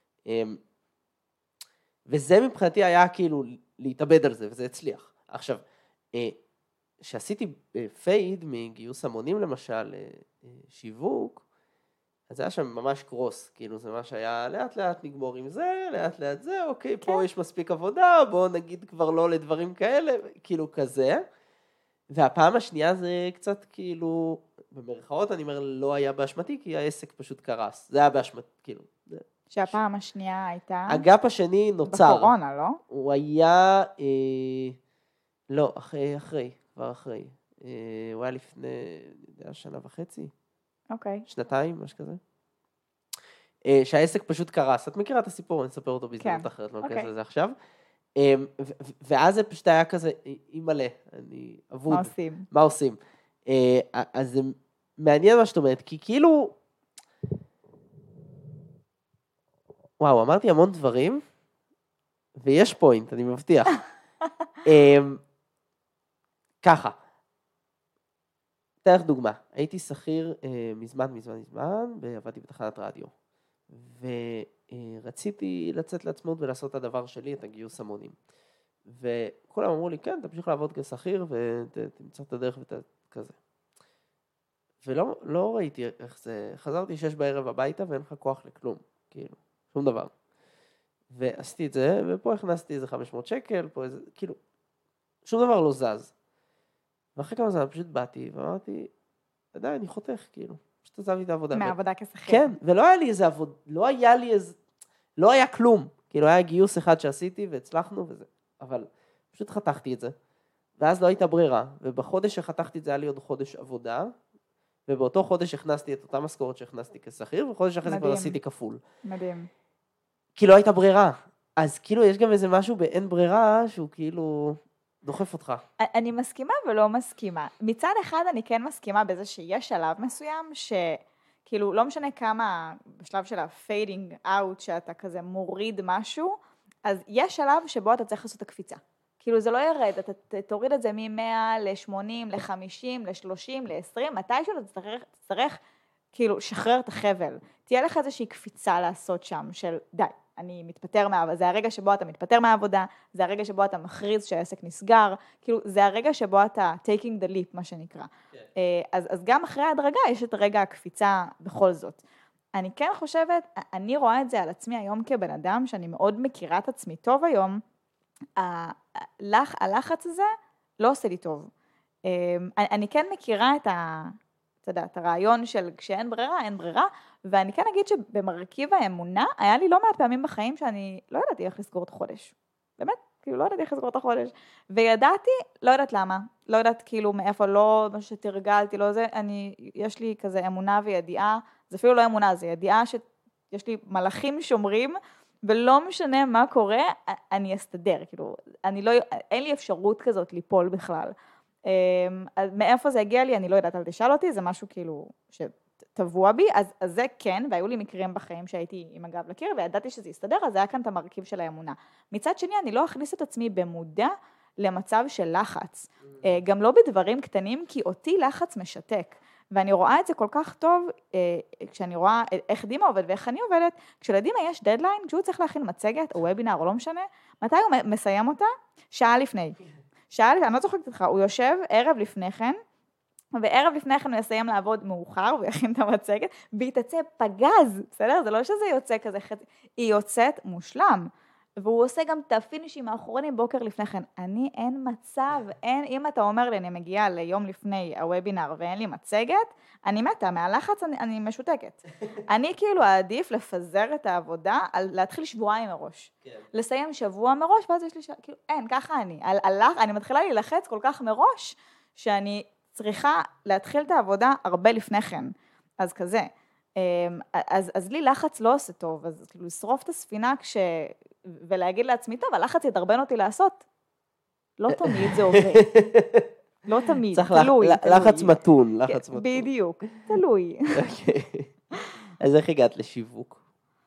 וזה מבחינתי היה כאילו להתאבד על זה, וזה הצליח. עכשיו, שעשיתי פייד מגיוס המונים למשל, שיווק, אז זה היה שם ממש קרוס, כאילו זה מה שהיה לאט לאט נגמור עם זה, לאט לאט זה, אוקיי, פה יש מספיק עבודה, בואו נגיד כבר לא לדברים כאלה, כאילו כזה. והפעם השנייה זה קצת כאילו, במרכאות אני אומר, לא היה באשמתי, כי העסק פשוט קרס. זה היה באשמתי, כאילו. שהפעם השנייה הייתה... הגאפ השני נוצר. בקורונה, לא? הוא היה, לא, כבר אחרי. הוא היה לפני, שנה וחצי. אוקיי. שנתיים, משהו כזה. שהעסק פשוט קרס. את מכירה את הסיפור, אני אספר אותו בהזדמנות אחרת, לא ניכנס לזה עכשיו. ואז זה פשוט היה כזה, אימא'לה, אני אבוד. מה עושים? אז זה מעניין מה שאת אומרת, כי כאילו, וואו, אמרתי המון דברים, ויש פוינט, אני מבטיח. ככה, תארך דוגמה, הייתי שכיר מזמן, ועבדתי בתחנת רדיו, ורציתי לצאת לעצמאות ולעשות את הדבר שלי, את הגיוס המונים. וכולם אמרו לי, כן, תמשיך לעבוד כשכיר, ותמצא את הדרך וכזה. ולא ראיתי איך זה, חזרתי 6 בערב הביתה, ואין לך כוח לכלום, כאילו, שום דבר. ועשיתי את זה, ופה הכנסתי איזה 500 שקל, פה איזה, כאילו, שום דבר לא זז. ואחרי כמה זמן פשוט באתי, ואמרתי, עדיין, אני חותך, כאילו, פשוט עזבתי את העבודה. מהעבודה כשכיר. כן, ולא היה לי איזה עבודה, לא היה כלום. כאילו, היה גיוס אחד שעשיתי, והצלחנו וזה. אבל פשוט חתכתי את זה, ואז לא הייתה ברירה. ובחודש שחתכתי את זה, היה לי עוד חודש עבודה, ובאותו חודש הכנסתי את אותה משכורת שהכנסתי כשכיר, וחודש אחרי זה כבר עשיתי כפול. מדהים. כי לא הייתה ברירה. אז כאילו יש גם איזה משהו באין ברירה, שהוא כאילו דוחף אותך. אני מסכימה ולא מסכימה. מצד אחד אני כן מסכימה בזה שיש שלב מסוים, שכאילו לא משנה כמה בשלב של הפיידינג אאוט, שאתה כזה מוריד משהו, אז יש שלב שבו אתה צריך לעשות את הקפיצה. כאילו זה לא ירד, אתה תוריד את זה מ-100 ל-80, ל-50, ל-30, ל-20, מתישהו אתה תצטרך כאילו שחרר את החבל. תהיה לך איזושהי קפיצה לעשות שם של די, אני מתפטר מהעבודה, זה הרגע שבו אתה מתפטר מהעבודה, זה הרגע שבו אתה מכריז שהעסק נסגר, כאילו זה הרגע שבו אתה taking the leap, מה שנקרא. אז גם אחרי ההדרגה יש את הרגע הקפיצה בכל זאת. אני כן חושבת, אני רואה את זה על עצמי היום כבן אדם, שאני מאוד מכירה את עצמי טוב היום, הלחץ הזה לא עושה לי טוב. אני כן מכירה את הרעיון של כשאין ברירה, אין ברירה, ואני כן אגיד שבמרכיב האמונה, היה לי לא מעט פעמים בחיים שאני לא ידעתי איך לסגור את החודש. באמת, כאילו לא ידעתי איך לסגור את החודש. וידעתי, לא יודעת למה, לא יודעת כאילו מאיפה, לא מה שתרגלתי, לא זה, יש לי כזה אמונה וידיעה, זה אפילו לא אמונה, זה ידיעה שיש לי מלאכים שומרים, ולא משנה מה קורה, אני אסתדר, כאילו, אין לי אפשרות כזאת ליפול בכלל. מאיפה זה הגיע לי, אני לא יודעת, אל תשאל אותי, זה משהו כאילו שטבוע בי, אז זה כן, והיו לי מקרים בחיים שהייתי עם הגב לקיר, וידעתי שזה יסתדר, אז היה כאן את המרכיב של האמונה. מצד שני, אני לא אכניס את עצמי במודע למצב של לחץ, גם לא בדברים קטנים, כי אותי לחץ משתק. ואני רואה את זה כל כך טוב, כשאני רואה איך דימה עובד ואיך אני עובדת, כשלדימה יש דדליין, כשהוא צריך להכין מצגת או וובינר או לא משנה, מתי הוא מסיים אותה? שעה לפני. אני לא צוחקת אותך, הוא יושב ערב לפני כן, וערב לפני כן הוא יסיים לעבוד מאוחר, הוא יכין את המצגת, והיא תצא פגז, בסדר? זה לא שזה יוצא כזה חצי, היא יוצאת מושלם. והוא עושה גם את הפינישים האחרונים בוקר לפני כן. אין מצב, אם אתה אומר לי, אני מגיעה ליום לפני הוובינר ואין לי מצגת, אני מתה, מהלחץ אני משותקת. אני כאילו עדיף לפזר את העבודה, להתחיל שבועיים מראש. לסיים שבוע מראש, ואז יש לי כאילו, ככה אני מתחילה להילחץ כל כך מראש, שאני צריכה להתחיל את העבודה הרבה לפני כן. אז כזה. אז לי לחץ לא עושה טוב, אז כאילו לשרוף את הספינה ולהגיד לעצמי, טוב, הלחץ ידרבן אותי לעשות. לא תמיד זה עובד. לא תמיד, תלוי. לחץ מתון, בדיוק, תלוי. אז איך הגעת לשיווק?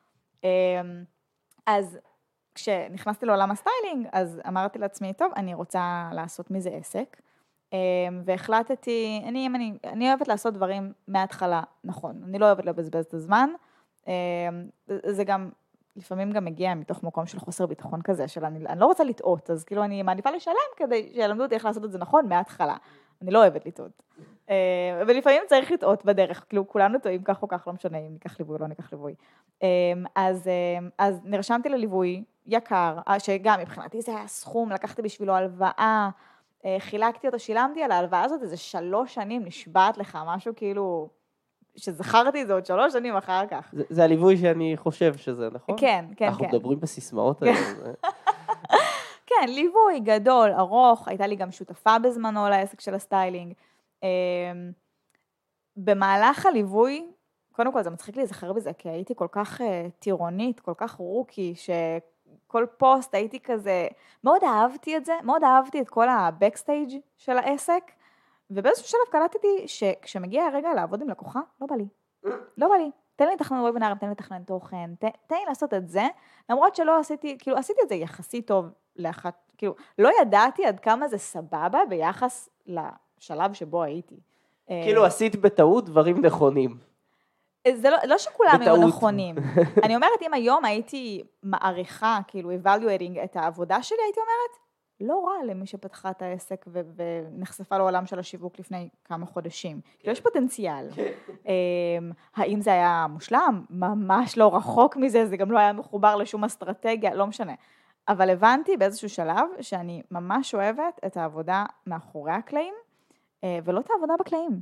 אז כשנכנסתי לעולם הסטיילינג, אז אמרתי לעצמי, טוב, אני רוצה לעשות מזה עסק. והחלטתי, אני אוהבת לעשות דברים מההתחלה, נכון, אני לא אוהבת לבזבז את הזמן, זה גם, לפעמים גם מגיע מתוך מקום של חוסר ביטחון כזה, של אני לא רוצה לטעות, אז כאילו אני מעדיפה לשלם כדי שילמדו אותי איך לעשות את זה נכון מההתחלה, אני לא אוהבת לטעות, ולפעמים צריך לטעות בדרך, כאילו כולנו טועים כך או כך, לא משנה אם ניקח ליווי או לא ניקח ליווי, אז נרשמתי לליווי יקר, שגם מבחינתי זה היה סכום, לקחתי בשבילו הלוואה, חילקתי אותו, שילמתי על ההלוואה הזאת, איזה 3 שנים נשבעת לך, משהו כאילו, שזכרתי את זה עוד 3 שנים אחר כך. זה הליווי שאני חושב שזה, נכון? כן, כן, אנחנו כן. מדברים בסיסמאות היום. כן, ליווי גדול, ארוך, הייתה לי גם שותפה בזמנו לעסק של הסטיילינג. במהלך הליווי, קודם כל זה מצחיק לי לזכר בזה, כי הייתי כל כך טירונית, כל כך רוקי, שכל פוסט הייתי כזה, מאוד אהבתי את זה, מאוד אהבתי את כל הבקסטייג' של העסק, ובאיזשהו שלב קלטתי שכשמגיע הרגע לעבוד עם לקוחה, לא בא לי. לא בא לי. תן לי לתכנן וובינרים, תן לי לתכנן תוכן, תן לי לעשות את זה, למרות שלא עשיתי, כאילו עשיתי את זה יחסית טוב לאחת, כאילו לא ידעתי עד כמה זה סבבה ביחס לשלב שבו הייתי. כאילו עשית בטעות דברים נכונים. זה לא שכולם היו נכונים. אני אומרת, אם היום הייתי מעריכה, כאילו evaluating את העבודה שלי, הייתי אומרת, לא רע למי שפתחה את העסק ונחשפה לעולם של השיווק לפני כמה חודשים. יש פוטנציאל. האם זה היה מושלם? ממש לא רחוק מזה, זה גם לא היה מחובר לשום אסטרטגיה, לא משנה. אבל הבנתי באיזשהו שלב שאני ממש אוהבת את העבודה מאחורי הקלעים, ולא את העבודה בקלעים.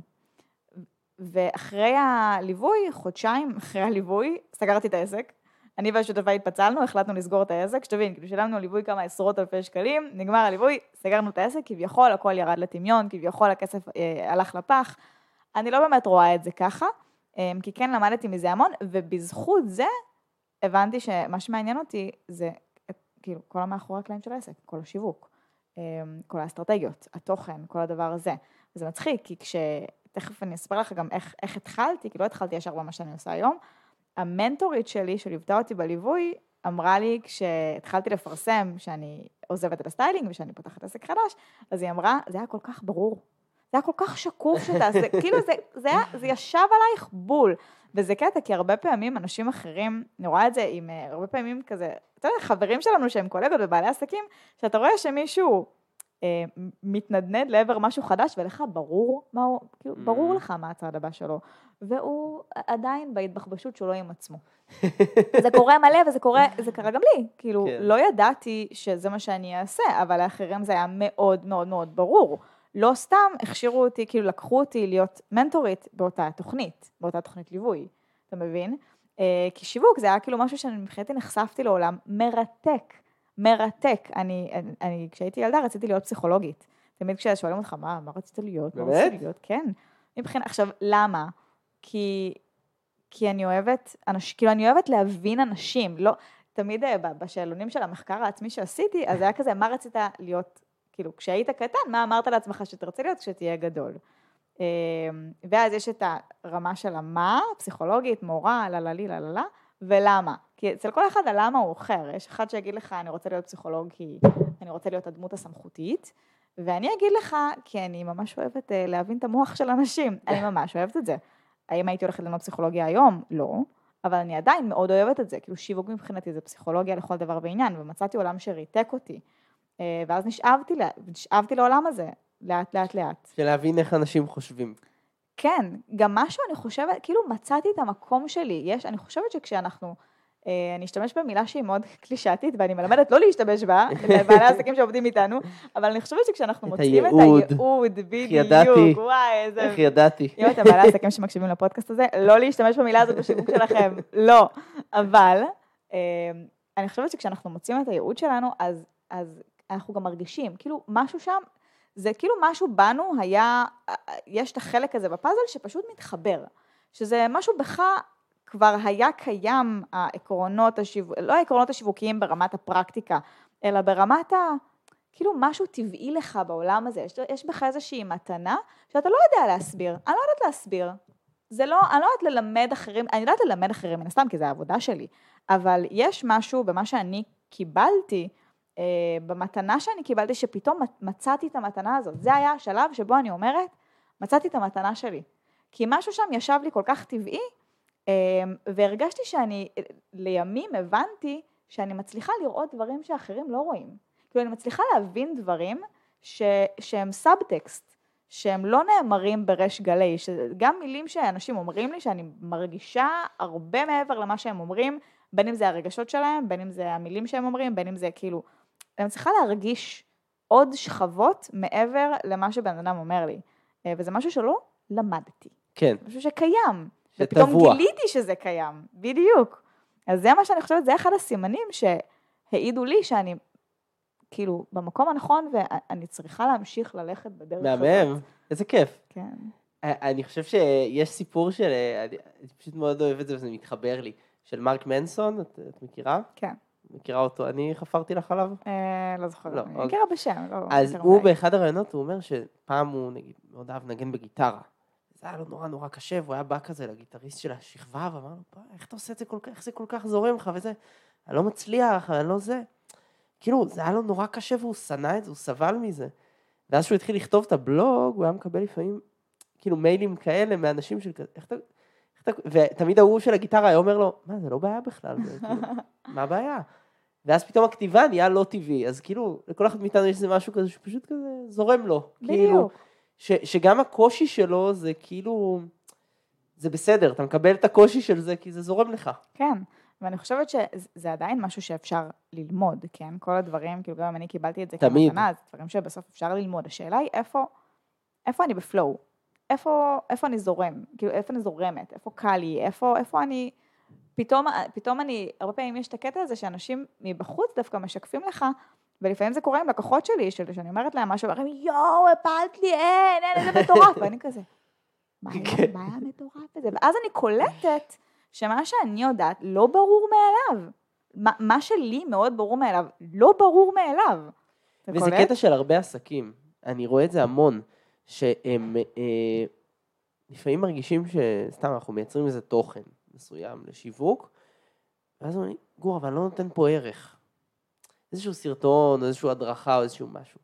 ואחרי הליווי, חודשיים אחרי הליווי, סגרתי את העסק. אני והשותפה התפצלנו, החלטנו לסגור את העסק, שתבין, כאילו שילמנו ליווי כמה עשרות אלפי שקלים, נגמר הליווי, סגרנו את העסק, כביכול הכל ירד לטמיון, כביכול הכסף הלך לפח. אני לא באמת רואה את זה ככה, כי כן למדתי מזה המון, ובזכות זה הבנתי שמה שמעניין אותי זה כאילו כל המאחורי הקלעים של העסק, כל השיווק, כל האסטרטגיות, התוכן, כל הדבר הזה. וזה מצחיק, כי תכף אני אספר לך גם איך התחלתי, כי לא התחלתי ישר במה שאני עושה היום, המנטורית שלי, שליוותה אותי בליווי, אמרה לי כשהתחלתי לפרסם שאני עוזבת את הסטיילינג ושאני פותחת עסק חדש, אז היא אמרה, זה היה כל כך ברור, זה היה כל כך שקוף שתעשה, כאילו זה ישב עלייך בול, וזה קטע, כי הרבה פעמים אנשים אחרים, אני רואה את זה עם הרבה פעמים כזה, אתה יודע, חברים שלנו שהם קולגות ובעלי עסקים, שאתה רואה שמישהו מתנדנד לעבר משהו חדש, ולך ברור מה הוא, כאילו, ברור לך מה הצעד הבא שלו, והוא עדיין בהתבחבשות שלו עם עצמו. זה קורה מלא, זה קרה גם לי, כאילו, לא ידעתי שזה מה שאני אעשה, אבל לאחרים זה היה מאוד מאוד מאוד ברור. לא סתם הכשירו אותי, כאילו לקחו אותי להיות מנטורית באותה תוכנית ליווי, אתה מבין? כי שיווק זה היה כאילו משהו שאני מבחינתי נחשפתי לעולם מרתק. אני כשהייתי ילדה רציתי להיות פסיכולוגית. תמיד כששואלים אותך, מה רצית להיות? באמת? כן. עכשיו, למה? כי אני אוהבת כאילו אני אוהבת להבין אנשים. לא, תמיד בשאלונים של המחקר העצמי שעשיתי, אז היה כזה, מה רצית להיות? כאילו, כשהיית קטן, מה אמרת לעצמך שתרצה להיות כשתהיה גדול? ואז יש את הרמה של המה, פסיכולוגית, מורה, לללה, ולמה? כי אצל כל אחד הלמה הוא אחר. יש אחד שיגיד לך, אני רוצה להיות פסיכולוג כי אני רוצה להיות הדמות הסמכותית, ואני אגיד לך, כי אני ממש אוהבת להבין את המוח של אנשים. אני ממש אוהבת את זה. האם הייתי הולכת ללמוד פסיכולוגיה היום? לא. אבל אני עדיין מאוד אוהבת את זה. כאילו שיווק מבחינתי זה פסיכולוגיה לכל דבר בעניין, ומצאתי עולם שריתק אותי. ואז נשאבתי לעולם הזה, לאט. של להבין איך אנשים חושבים. כן, גם משהו אני חושבת, כאילו מצאתי את המקום שלי, אני חושבת שכשאנחנו, אני אשתמש במילה שהיא מאוד קלישאתית, ואני מלמדת לא להשתמש בה, לבעלי העסקים שעובדים איתנו, אבל אני חושבת שכשאנחנו מוצאים את הייעוד, בדיוק, וואי, איזה... איך ידעתי. אם אתם בעלי העסקים שמקשיבים לפודקאסט הזה, לא להשתמש במילה הזאת בשיווק שלכם, לא, אבל אני חושבת שכשאנחנו מוצאים את הייעוד שלנו, אז אנחנו גם מרגישים, כאילו משהו שם, זה כאילו משהו בנו יש את החלק הזה בפאזל שפשוט מתחבר, שזה משהו בך כבר היה קיים לא העקרונות השיווקיים ברמת הפרקטיקה, אלא ברמת כאילו משהו טבעי לך בעולם הזה, יש בך איזושהי מתנה שאתה לא יודע להסביר, אני לא יודעת להסביר, אני לא יודעת ללמד אחרים, אני יודעת ללמד אחרים מן הסתם כי זה העבודה שלי, אבל יש משהו במה שאני קיבלתי, במתנה שאני קיבלתי שפתאום מצאתי את המתנה הזאת, זה היה השלב שבו אני אומרת, מצאתי את המתנה שלי, כי משהו שם ישב לי כל כך טבעי, והרגשתי שאני, לימים הבנתי שאני מצליחה לראות דברים שאחרים לא רואים, כאילו אני מצליחה להבין דברים שהם סאבטקסט, שהם לא נאמרים בריש גלי, שגם מילים שאנשים אומרים לי שאני מרגישה הרבה מעבר למה שהם אומרים, בין אם זה הרגשות שלהם, בין אם זה המילים שהם אומרים, בין אם זה כאילו, אני צריכה להרגיש עוד שכבות מעבר למה שבן אדם אומר לי. וזה משהו שלא למדתי. כן. משהו שקיים. שטבוע. ופתאום גיליתי שזה קיים. בדיוק. אז זה מה שאני חושבת, זה אחד הסימנים שהעידו לי שאני כאילו במקום הנכון, ואני צריכה להמשיך ללכת בדרך הזאת. מהמם, איזה כיף. כן. אני חושב שיש סיפור של, אני פשוט מאוד אוהב את זה וזה מתחבר לי, של מרק מנסון, את מכירה? כן. מכירה אותו, אני חפרתי לך עליו? לא זוכרת, לא, אני מכירה בשם. אז הוא באחד הרעיונות, הוא אומר שפעם הוא נגיד מאוד אהב נגן בגיטרה. זה היה לו נורא נורא קשה, והוא היה בא כזה לגיטריסט של השכבה, ואמר לו, איך אתה עושה את זה כל כך, איך זה כל כך זורם לך וזה? אני לא מצליח, אני לא זה. כאילו, זה היה לו נורא קשה והוא שנא את זה, הוא סבל מזה. ואז שהוא התחיל לכתוב את הבלוג, הוא היה מקבל לפעמים, כאילו, מיילים כאלה מאנשים של כזה, איך אתה, ותמיד ההוא של הגיטרה היה אומר לו, מה, זה לא בעיה בכלל, זה, כאילו, מה הבעיה? ואז פתאום הכתיבה נהיה לא טבעי, אז כאילו, לכל אחד מאיתנו יש איזה משהו כזה, שפשוט כזה זורם לו. כאילו, שגם הקושי שלו זה כאילו, זה בסדר, אתה מקבל את הקושי של זה, כי זה זורם לך. כן. ואני חושבת שזה עדיין משהו שאפשר ללמוד, כן? כל הדברים, כאילו גם אני קיבלתי את זה תמיד. כמתנה, זה דברים שבסוף אפשר ללמוד. השאלה היא איפה אני בפלואו? איפה אני זורם? כאילו איפה אני זורמת? איפה קל לי? איפה אני... פתאום אני, הרבה פעמים יש את הקטע הזה שאנשים מבחוץ דווקא משקפים לך, ולפעמים זה קורה עם לקוחות שלי, שאני אומרת להם משהו, ואומרים, יואו, הפלת לי, אין, זה מטורף. ואני כזה, מה היה מטורף הזה? ואז אני קולטת שמה שאני יודעת לא ברור מאליו. מה שלי מאוד ברור מאליו, לא ברור מאליו. וזה קטע של הרבה עסקים. אני רואה את זה המון, שהם לפעמים מרגישים שסתם אנחנו מייצרים איזה תוכן מסוים לשיווק, ואז אומרים, גור, אבל אני לא נותן פה ערך. איזשהו סרטון, או איזשהו הדרכה, או איזשהו משהו.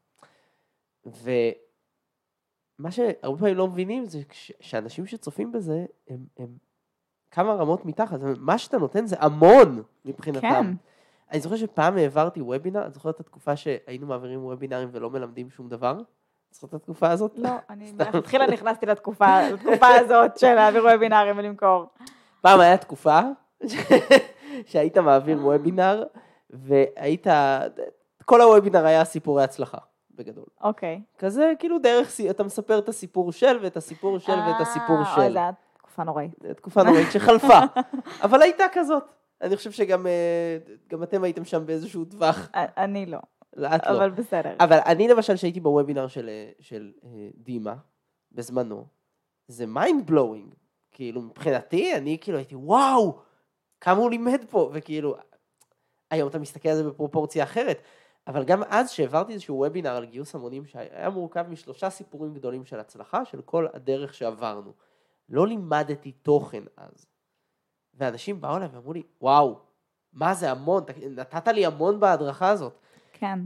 ומה שהרבה פעמים לא מבינים, זה שאנשים שצופים בזה, הם כמה רמות מתחת, מה שאתה נותן זה המון מבחינתם. כן. אני זוכר שפעם העברתי וובינר, אני זוכרת את התקופה שהיינו מעבירים וובינרים ולא מלמדים שום דבר? זוכרת את התקופה הזאת? לא, אני מתחילה נכנסתי לתקופה הזאת של להעביר וובינרים ולמכור. פעם היה תקופה שהיית מעביר וובינר, והיית, כל הוובינר היה סיפורי הצלחה, בגדול. אוקיי. כזה כאילו דרך, אתה מספר את הסיפור של, ואת הסיפור של, ואת הסיפור של. זה תקופה נוראית. תקופה נוראית שחלפה, אבל הייתה כזאת. אני חושב שגם אתם הייתם שם באיזשהו טווח. אני לא. את לא. אבל בסדר. אבל אני למשל שהייתי בוובינר של דימה, בזמנו, זה mind blowing. כאילו מבחינתי, אני כאילו הייתי, וואו, כמה הוא לימד פה, וכאילו, היום אתה מסתכל על זה בפרופורציה אחרת, אבל גם אז שהעברתי איזשהו וובינר על גיוס המונים, שהיה מורכב מ3 סיפורים גדולים של הצלחה, של כל הדרך שעברנו. לא לימדתי תוכן אז. ואנשים באו אליי ואמרו לי, וואו, מה זה המון, נתת לי המון בהדרכה הזאת. כן.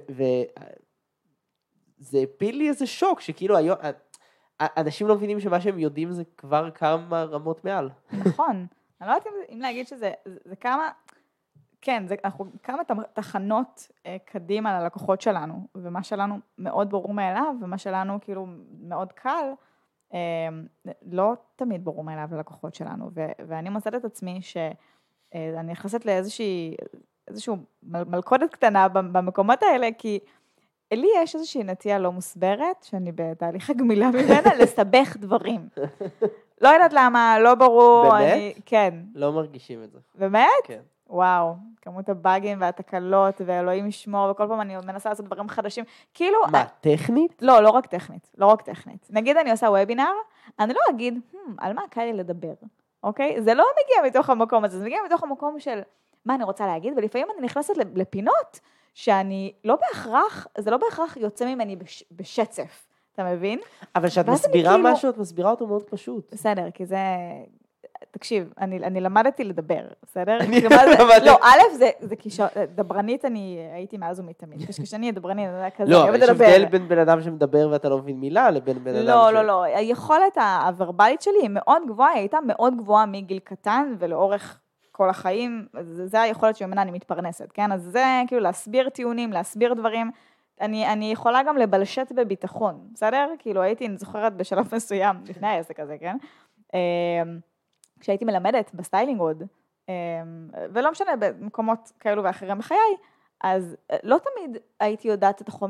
וזה הפיל לי איזה שוק, שכאילו היום, אנשים לא מבינים שמה שהם יודעים זה כבר כמה רמות מעל. נכון. אני לא יודעת אם להגיד שזה כמה, כן, אנחנו כמה תחנות קדימה ללקוחות שלנו, ומה שלנו מאוד ברור מאליו, ומה שלנו כאילו מאוד קל, לא תמיד ברור מאליו ללקוחות שלנו, ואני מוצאת את עצמי שאני נכנסת לאיזשהו מלכודת קטנה במקומות האלה, כי לי יש איזושהי נטייה לא מוסברת, שאני בתהליך הגמילה ממנה, לסבך דברים. לא יודעת למה, לא ברור. באמת? כן. לא מרגישים את זה. באמת? כן. וואו, כמות הבאגים והתקלות, ואלוהים ישמור, וכל פעם אני מנסה לעשות דברים חדשים. כאילו... מה, טכנית? לא, לא רק טכנית, לא רק טכנית. נגיד אני עושה וובינר, אני לא אגיד, על מה קל לי לדבר, אוקיי? זה לא מגיע מתוך המקום הזה, זה מגיע מתוך המקום של מה אני רוצה להגיד, ולפעמים אני נכנסת לפינות שאני לא בהכרח, זה לא בהכרח יוצא ממני בשצף, אתה מבין? אבל כשאת מסבירה משהו, את מסבירה אותו מאוד פשוט. בסדר, כי זה... תקשיב, אני למדתי לדבר, בסדר? לא, א', זה דברנית אני הייתי מאז ומתמיד, כשאני דברנית, זה היה כזה, לא, יש הבדל בין בן אדם שמדבר ואתה לא מבין מילה, לבין בן אדם לא, היכולת הוורבלית שלי היא מאוד גבוהה, היא הייתה מאוד גבוהה מגיל קטן, ולאורך כל החיים, זה היכולת שממנה אני מתפרנסת, כן? אז זה כאילו להסביר טיעונים, להסביר דברים, אני יכולה גם לבלשת בביטחון, בסדר? כאילו הייתי, אני זוכרת בשלב מסוים, לפני העסק הזה, כן? כשהייתי מלמדת בסטיילינג עוד, ולא משנה במקומות כאלו ואחרים בחיי, אז לא תמיד הייתי יודעת את החומר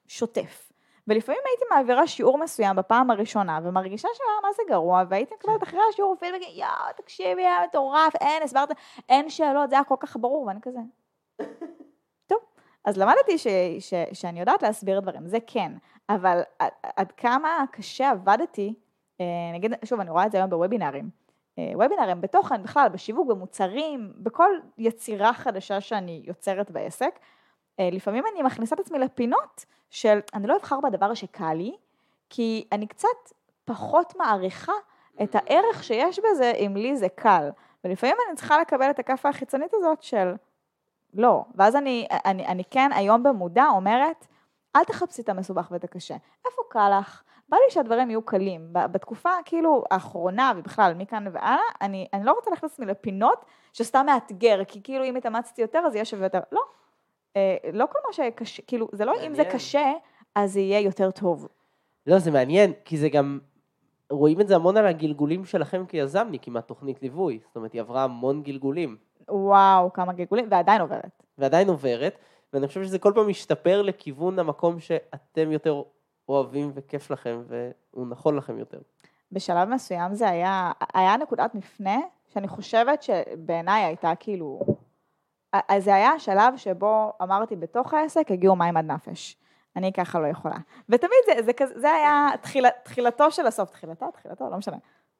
שוטף. ולפעמים הייתי מעבירה שיעור מסוים בפעם הראשונה, ומרגישה שמה זה גרוע, והייתי מקבלת אחרי השיעור פידבק, תקשיבי, היה מטורף, הסברת, אין שאלות, זה היה כל כך ברור, ואני כזה. טוב, אז למדתי שאני יודעת להסביר דברים, זה כן, אבל עד כמה קשה עבדתי, נגיד, שוב, אני רואה את זה היום בוובינרים, וובינרים בתוכן, בכלל, בשיווק, במוצרים, בכל יצירה חדשה שאני יוצרת בעסק, לפעמים אני מכניסה את עצמי לפינות של אני לא אבחר בדבר שקל לי, כי אני קצת פחות מעריכה את הערך שיש בזה אם לי זה קל. ולפעמים אני צריכה לקבל את הכף החיצונית הזאת של לא. ואז אני כן היום במודע אומרת, אל תחפשי את המסובך ואת הקשה. איפה קל לך? בא לי שהדברים יהיו קלים. בתקופה כאילו האחרונה ובכלל מכאן והלאה, אני לא רוצה להכניס עצמי לפינות שסתם מאתגר, כי כאילו אם התאמצתי יותר אז יהיה שווה יותר. לא. לא כל מה שקשה, כאילו, זה לא מעניין. אם זה קשה, אז זה יהיה יותר טוב. לא, זה מעניין, כי זה גם, רואים את זה המון על הגלגולים שלכם כיזמניק, עם התוכנית ליווי, זאת אומרת, היא עברה המון גלגולים. וואו, כמה גלגולים, ועדיין עוברת. ועדיין עוברת, ואני חושב שזה כל פעם משתפר לכיוון המקום שאתם יותר אוהבים וכיף לכם, והוא נכון לכם יותר. בשלב מסוים זה היה נקודת מפנה, שאני חושבת שבעיניי הייתה כאילו, אז זה היה השלב שבו אמרתי בתוך העסק, הגיעו מים עד נפש. אני ככה לא יכולה. ותמיד זה היה תחילתו של הסוף. תחילתו? לא משנה.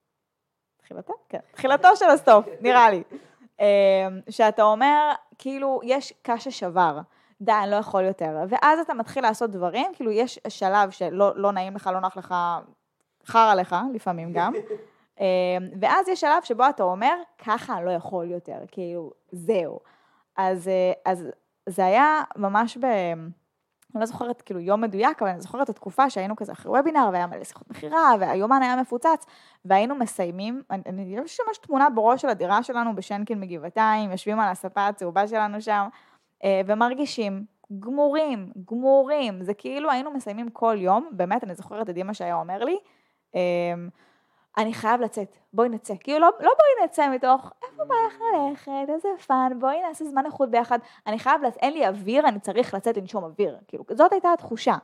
כן. תחילתו של הסוף, נראה לי. שאתה אומר, כאילו, יש קש שבר. די, אני לא יכול יותר. ואז אתה מתחיל לעשות דברים, כאילו, יש שלב שלא נעים לך, לא נוח לך, חר עליך, לפעמים גם. ואז יש שלב שבו אתה אומר, ככה אני לא יכול יותר. כאילו, זהו. אז זה היה ממש אני לא זוכרת כאילו יום מדויק, אבל אני זוכרת את התקופה שהיינו כזה אחרי וובינר, והיה מלא שיחות מחירה, והיומן היה מפוצץ, והיינו מסיימים, יש ממש תמונה בראש של הדירה שלנו בשנקין מגבעתיים, יושבים על הספה הצהובה שלנו שם, ומרגישים גמורים, זה כאילו היינו מסיימים כל יום, באמת אני זוכרת את אמא שהיה אומר לי, אני חייב לצאת, בואי נצא, כאילו לא בואי נצא מתוך, איפה בא לך ללכת, איזה פן, בואי נעשה זמן איכות ביחד, אני חייב לצאת, אין לי אוויר, אני צריך לצאת לנשום אוויר, כאילו, זאת הייתה התחושה,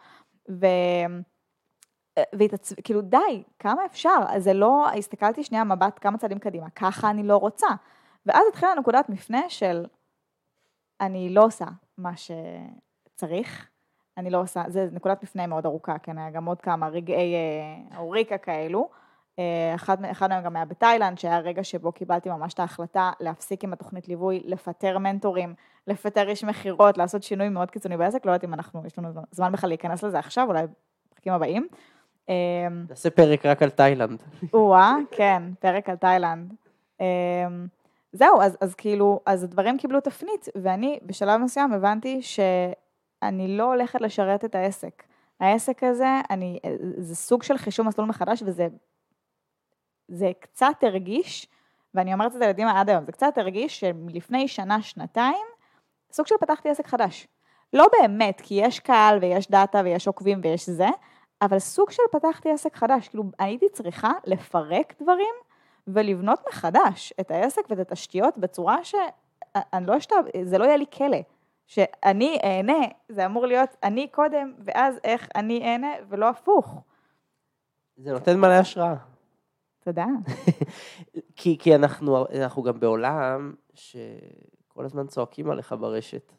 כאילו די, כמה אפשר, אז זה לא, הסתכלתי שנייה מבט כמה צעדים קדימה, ככה אני לא רוצה, ואז התחילה נקודת מפנה של, אני לא עושה מה שצריך, אני לא עושה, זה נקודת מפנה מאוד ארוכה, כן, היה גם עוד כמה רגעי אוריקה כאלו, אחד מהם גם היה בתאילנד, שהיה רגע שבו קיבלתי ממש את ההחלטה להפסיק עם התוכנית ליווי, לפטר מנטורים, לפטר איש מחירות, לעשות שינוי מאוד קיצוני בעסק, לא יודעת אם יש לנו זמן בכלל להיכנס לזה עכשיו, אולי בפרקים הבאים. נעשה פרק רק על תאילנד. כן, פרק על תאילנד. זהו, אז כאילו, אז הדברים קיבלו תפנית, ואני בשלב מסוים הבנתי שאני לא הולכת לשרת את העסק. העסק הזה, זה סוג של חישוב מסלול מחדש, זה קצת הרגיש, ואני אומרת את זה לילדים עד היום, זה קצת הרגיש שלפני שנה, שנתיים, סוג של פתחתי עסק חדש. לא באמת, כי יש קהל ויש דאטה ויש עוקבים ויש זה, אבל סוג של פתחתי עסק חדש, כאילו הייתי צריכה לפרק דברים ולבנות מחדש את העסק ואת התשתיות בצורה שאני לא זה לא יהיה לי כלא, שאני אהנה, זה אמור להיות אני קודם ואז איך אני אהנה ולא הפוך. זה נותן מלא השראה. תודה. כי אנחנו גם בעולם שכל הזמן צועקים עליך ברשת.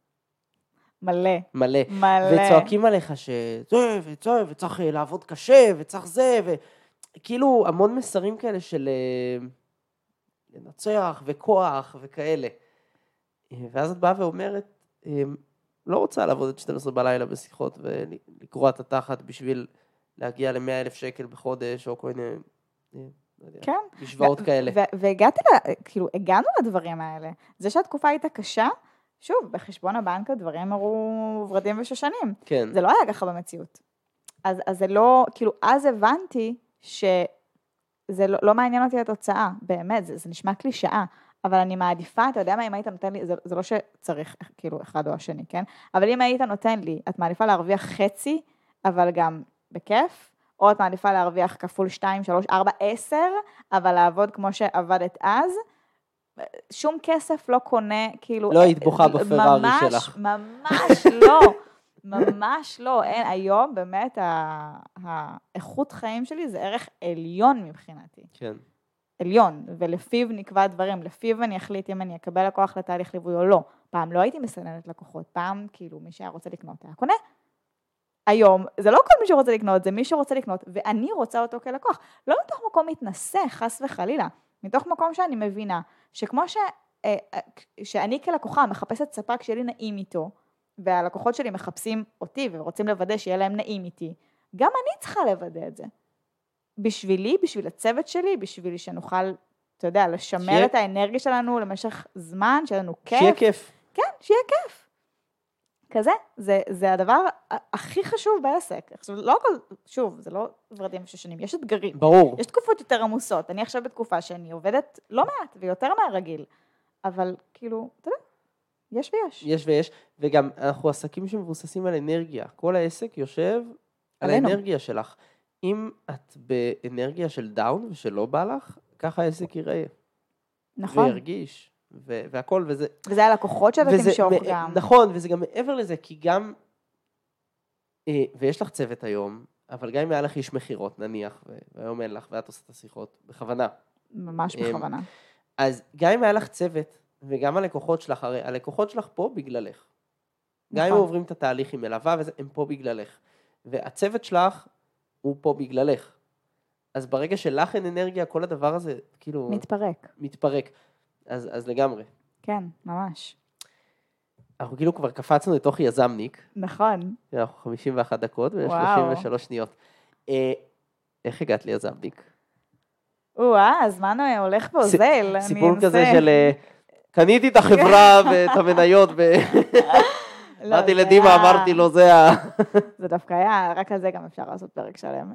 מלא. וצועקים עליך וצריך לעבוד קשה, וצריך זה, וכאילו המון מסרים כאלה של לנצח וכוח וכאלה. ואז את באה ואומרת, לא רוצה לעבוד עד 12 בלילה בשיחות ולקרוע את התחת בשביל להגיע ל100,000 שקל בחודש, או כל מיני... כן. משוואות כאלה. כאילו, הגענו לדברים האלה. זה שהתקופה הייתה קשה, שוב, בחשבון הבנק הדברים הראו ורדים ושושנים. כן. זה לא היה ככה במציאות. אז זה לא, כאילו, אז הבנתי שזה לא מעניין אותי התוצאה, באמת, זה נשמע קלישאה, אבל אני מעדיפה, אתה יודע מה, אם היית נותן לי, זה לא שצריך, כאילו, אחד או השני, כן? אבל אם היית נותן לי, את מעדיפה להרוויח חצי, אבל גם בכיף, או את מעדיפה להרוויח כפול 2, 3, 4, 10, אבל לעבוד כמו שעבדת אז, שום כסף לא קונה, כאילו... לא היית בוכה בפרארי שלך. ממש לא. ממש לא, אין, היום באמת האיכות חיים שלי זה ערך עליון מבחינתי. כן. עליון, ולפיו נקבע דברים, לפיו אני אחליט אם אני אקבל לקוח לתהליך ליווי או לא. פעם לא הייתי מסננת לקוחות, פעם כאילו מי שהיה רוצה לקנות היה קונה. היום זה לא כל מי שרוצה לקנות, זה מי שרוצה לקנות, ואני רוצה אותו כלקוח. לא מתוך מקום מתנשא, חס וחלילה, מתוך מקום שאני מבינה, שכמו שאני כלקוחה מחפשת ספק שיהיה לי נעים איתו, והלקוחות שלי מחפשים אותי ורוצים לוודא שיהיה להם נעים איתי, גם אני צריכה לוודא את זה. בשבילי, בשביל הצוות שלי, בשביל שנוכל, אתה יודע, לשמר את האנרגיה שלנו למשך זמן, שיהיה לנו כיף. שיהיה כיף. כן, שיהיה כיף. כזה, זה הדבר הכי חשוב בעסק. עכשיו, לא הכל, שוב, זה לא ורדים ושושנים, יש אתגרים. ברור. יש תקופות יותר עמוסות. אני עכשיו בתקופה שאני עובדת לא מעט ויותר מהרגיל, אבל כאילו, אתה יודע, יש ויש. יש ויש, וגם אנחנו עסקים שמבוססים על אנרגיה. כל העסק יושב על האנרגיה שלך. אם את באנרגיה של דאון ושלא בא לך, ככה העסק ייראה. נכון. וירגיש, והכל, וזה... וזה הלקוחות שאתה תמשוך גם. נכון, וזה גם מעבר לזה, כי גם... ויש לך צוות היום, אבל גם אם היה לך איש מחירות, נניח, והיום אין לך, ואת עושה את השיחות, בכוונה. ממש בכוונה. אז גם אם היה לך צוות, וגם הלקוחות שלך, הרי הלקוחות שלך פה בגללך. גם אם עוברים את התהליך עם מלווה, הם פה בגללך. והצוות שלך הוא פה בגללך. אז ברגע שלך אין אנרגיה, כל הדבר הזה כאילו... מתפרק. אז לגמרי. כן, ממש. אנחנו כאילו כבר קפצנו לתוך יזמניק. נכון. אנחנו 51 דקות ויש 33 שניות. איך הגעת ליזמניק? הזמן הולך ואוזל. סיפור כזה של... קניתי את החברה ואת המניות באתי לדימה, אמרתי לו, זה זה דווקא היה, רק על זה גם אפשר לעשות פרק שלם.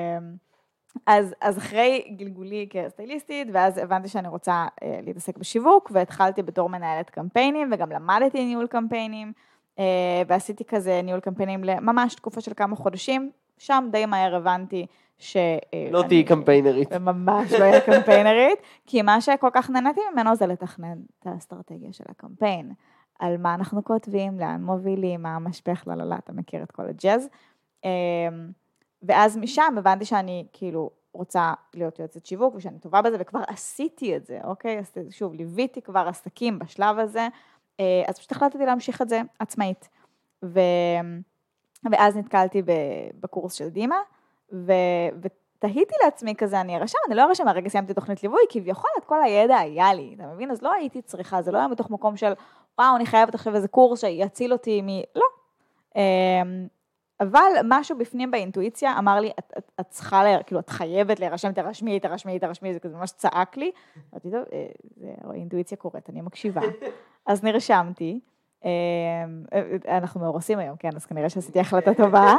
אז אחרי גלגולי כסטייליסטית, ואז הבנתי שאני רוצה להתעסק בשיווק, והתחלתי בתור מנהלת קמפיינים, וגם למדתי ניהול קמפיינים, ועשיתי כזה ניהול קמפיינים לממש תקופה של כמה חודשים, שם די מהר הבנתי לא תהיי קמפיינרית. וממש לא יהיה קמפיינרית, כי מה שכל כך נהניתי ממנו זה לתכנן את האסטרטגיה של הקמפיין, על מה אנחנו כותבים, לאן מובילים, מה המשפך, אתה מכיר את כל הג'אז. ואז משם הבנתי שאני כאילו רוצה להיות יועצת שיווק, ושאני טובה בזה, וכבר עשיתי את זה, אוקיי? אז שוב, ליוויתי כבר עסקים בשלב הזה, אז פשוט החלטתי להמשיך את זה עצמאית. ואז נתקלתי בקורס של דימה, ותהיתי לעצמי כזה, אני לא ארשם, הרגע סיימתי תוכנית ליווי, כביכול את כל הידע היה לי, אתה מבין? אז לא הייתי צריכה, זה לא היה מתוך מקום של, וואו, אני חייבת עכשיו איזה קורס שיציל אותי לא. אבל משהו בפנים באינטואיציה אמר לי, את צריכה, כאילו, את חייבת להירשם, תרשמי, זה כזה ממש צעק לי. אמרתי, טוב, האינטואיציה קורית, אני מקשיבה. אז נרשמתי, אנחנו מאורסים היום, כן, אז כנראה שעשיתי החלטה טובה.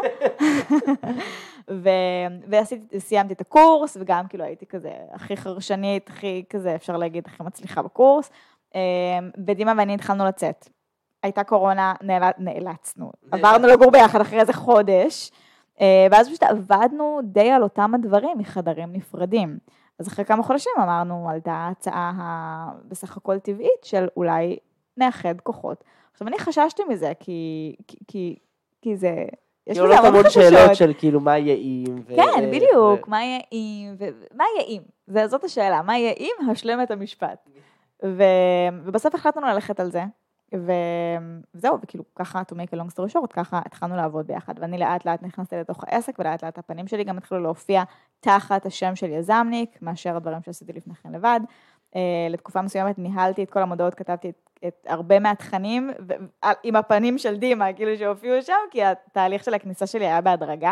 וסיימתי את הקורס, וגם כאילו הייתי כזה הכי חרשנית, הכי כזה, אפשר להגיד, הכי מצליחה בקורס. ודימה ואני התחלנו לצאת. הייתה קורונה, נאלצנו. עברנו לגור ביחד אחרי איזה חודש, ואז פשוט עבדנו די על אותם הדברים מחדרים נפרדים. אז אחרי כמה חודשים אמרנו, עלתה הצעה בסך הכל טבעית של אולי נאחד כוחות. עכשיו אני חששתי מזה, כי זה... יש בזה המון שאלות של כאילו מה יהיה. כן, בדיוק, מה יהיה. זאת השאלה, מה יהיה? השלם את המשפט. ובסוף החלטנו ללכת על זה. וזהו, וכאילו ככה, to make a long story short, ככה התחלנו לעבוד ביחד, ואני לאט לאט נכנסתי לתוך העסק, ולאט לאט הפנים שלי גם התחילו להופיע תחת השם של יזמניק, מאשר הדברים שעשיתי לפני כן לבד. לתקופה מסוימת ניהלתי את כל המודעות, כתבתי את הרבה מהתכנים, עם הפנים של דימה, כאילו שהופיעו שם, כי התהליך של הכניסה שלי היה בהדרגה.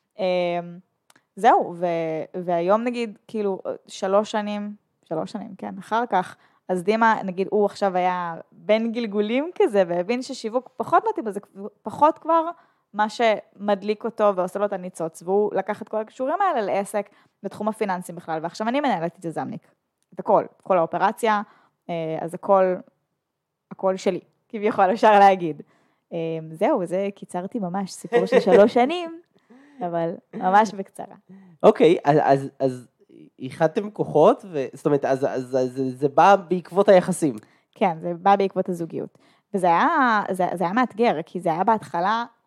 זהו, והיום נגיד, כאילו 3 שנים, כן, אחר כך, אז דימה, נגיד, הוא עכשיו היה בין גלגולים כזה, והבין ששיווק פחות מתאים, זה פחות כבר מה שמדליק אותו ועושה לו את הניצוץ, והוא לקח את כל הקשורים האלה לעסק בתחום הפיננסים בכלל, ועכשיו אני מנהלת את יזמניק, את הכל, את כל האופרציה, אז הכל שלי, כביכול אפשר להגיד. זהו, זה קיצרתי ממש, סיפור של 3 שנים, אבל ממש בקצרה. אוקיי, אז איחדתם כוחות, זאת אומרת, אז זה בא בעקבות היחסים. כן, זה בא בעקבות הזוגיות. וזה היה מאתגר, כי זה היה בהתחלה,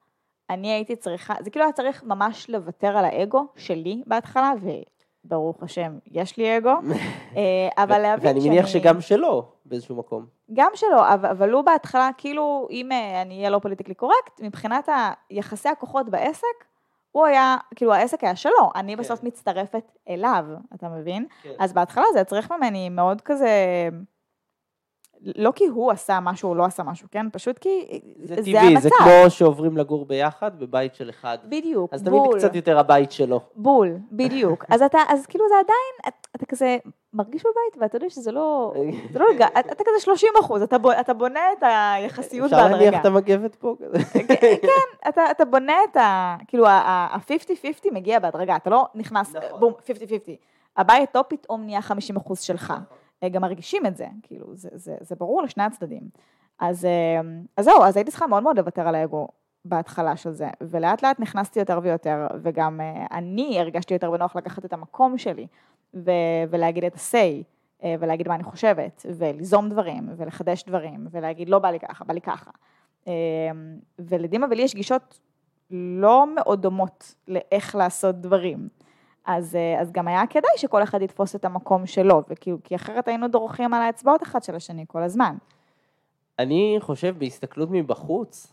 אני הייתי צריכה, זה כאילו היה צריך ממש לוותר על האגו שלי בהתחלה, וברוך השם, יש לי אגו, אבל להבין ואני מניח שגם שלו, באיזשהו מקום. גם שלו, אבל הוא בהתחלה, כאילו, אם אני אהיה לא פוליטיקלי קורקט, מבחינת יחסי הכוחות בעסק, הוא היה, כאילו, העסק היה שלו, אני בסוף מצטרפת אליו, אתה מבין? אז בהתחלה זה צריך ממני מאוד כזה, לא כי הוא עשה משהו או לא עשה משהו, כן? פשוט כי זה טבעי, זה כמו שעוברים לגור ביחד בבית של אחד. בדיוק, אז תמיד קצת יותר הבית שלו. בול, בדיוק. אז כאילו זה עדיין, אתה כזה מרגיש בבית, ואתה יודע שזה לא, אתה כזה 30%, אתה בונה את היחסיות בהדרגה. אפשר להניח את המגבת פה? כן, אתה בונה את כאילו ה-50-50 מגיע בהדרגה, אתה לא נכנס, בום, 50-50. הבית לא פתאום נהיה 50% שלך. גם מרגישים את זה, כאילו, זה ברור לשני הצדדים. אז זהו, אז הייתי צריכה מאוד מאוד לוותר על האגו בהתחלה של זה, ולאט לאט נכנסתי יותר ויותר, וגם אני הרגשתי יותר בנוח לקחת את המקום שלי, ולהגיד את ה-say, ולהגיד מה אני חושבת, וליזום דברים, ולחדש דברים, ולהגיד לא בא לי ככה, בא לי ככה. ולדימה ולי יש גישות לא מאוד דומות לאיך לעשות דברים. אז גם היה כדאי שכל אחד יתפוס את המקום שלו, כי אחרת היינו דורכים על האצבעות אחד של השני כל הזמן. אני חושב בהסתכלות מבחוץ,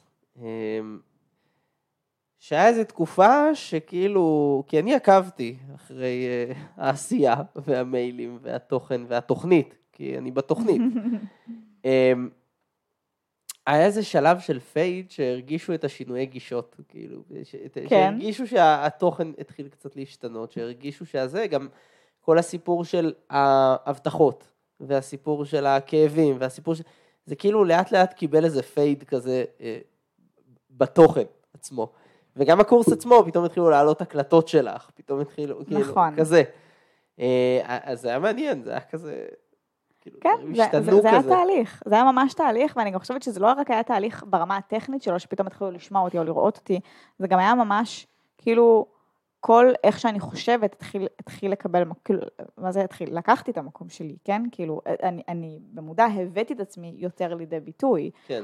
שהיה איזו תקופה שכאילו, כי אני עקבתי אחרי העשייה והמיילים והתוכן והתוכנית, כי אני בתוכנית. היה איזה שלב של פייד שהרגישו את השינויי גישות, כאילו, שהרגישו שהתוכן התחיל קצת להשתנות, שהרגישו שזה גם כל הסיפור של ההבטחות, והסיפור של הכאבים, והסיפור של... זה כאילו לאט לאט קיבל איזה פייד כזה בתוכן עצמו. וגם הקורס עצמו, פתאום התחילו לעלות הקלטות שלך, פתאום התחילו, כאילו, כזה. אז זה היה מעניין, זה היה כזה... כן, זה היה תהליך, זה היה ממש תהליך, ואני גם חושבת שזה לא רק היה תהליך ברמה הטכנית שלו, שפתאום התחילו לשמוע אותי או לראות אותי, זה גם היה ממש, כאילו, כל איך שאני חושבת, התחיל לקבל, כאילו, מה זה התחיל? לקחתי את המקום שלי, כן? כאילו, אני במודע הבאתי את עצמי יותר לידי ביטוי. כן.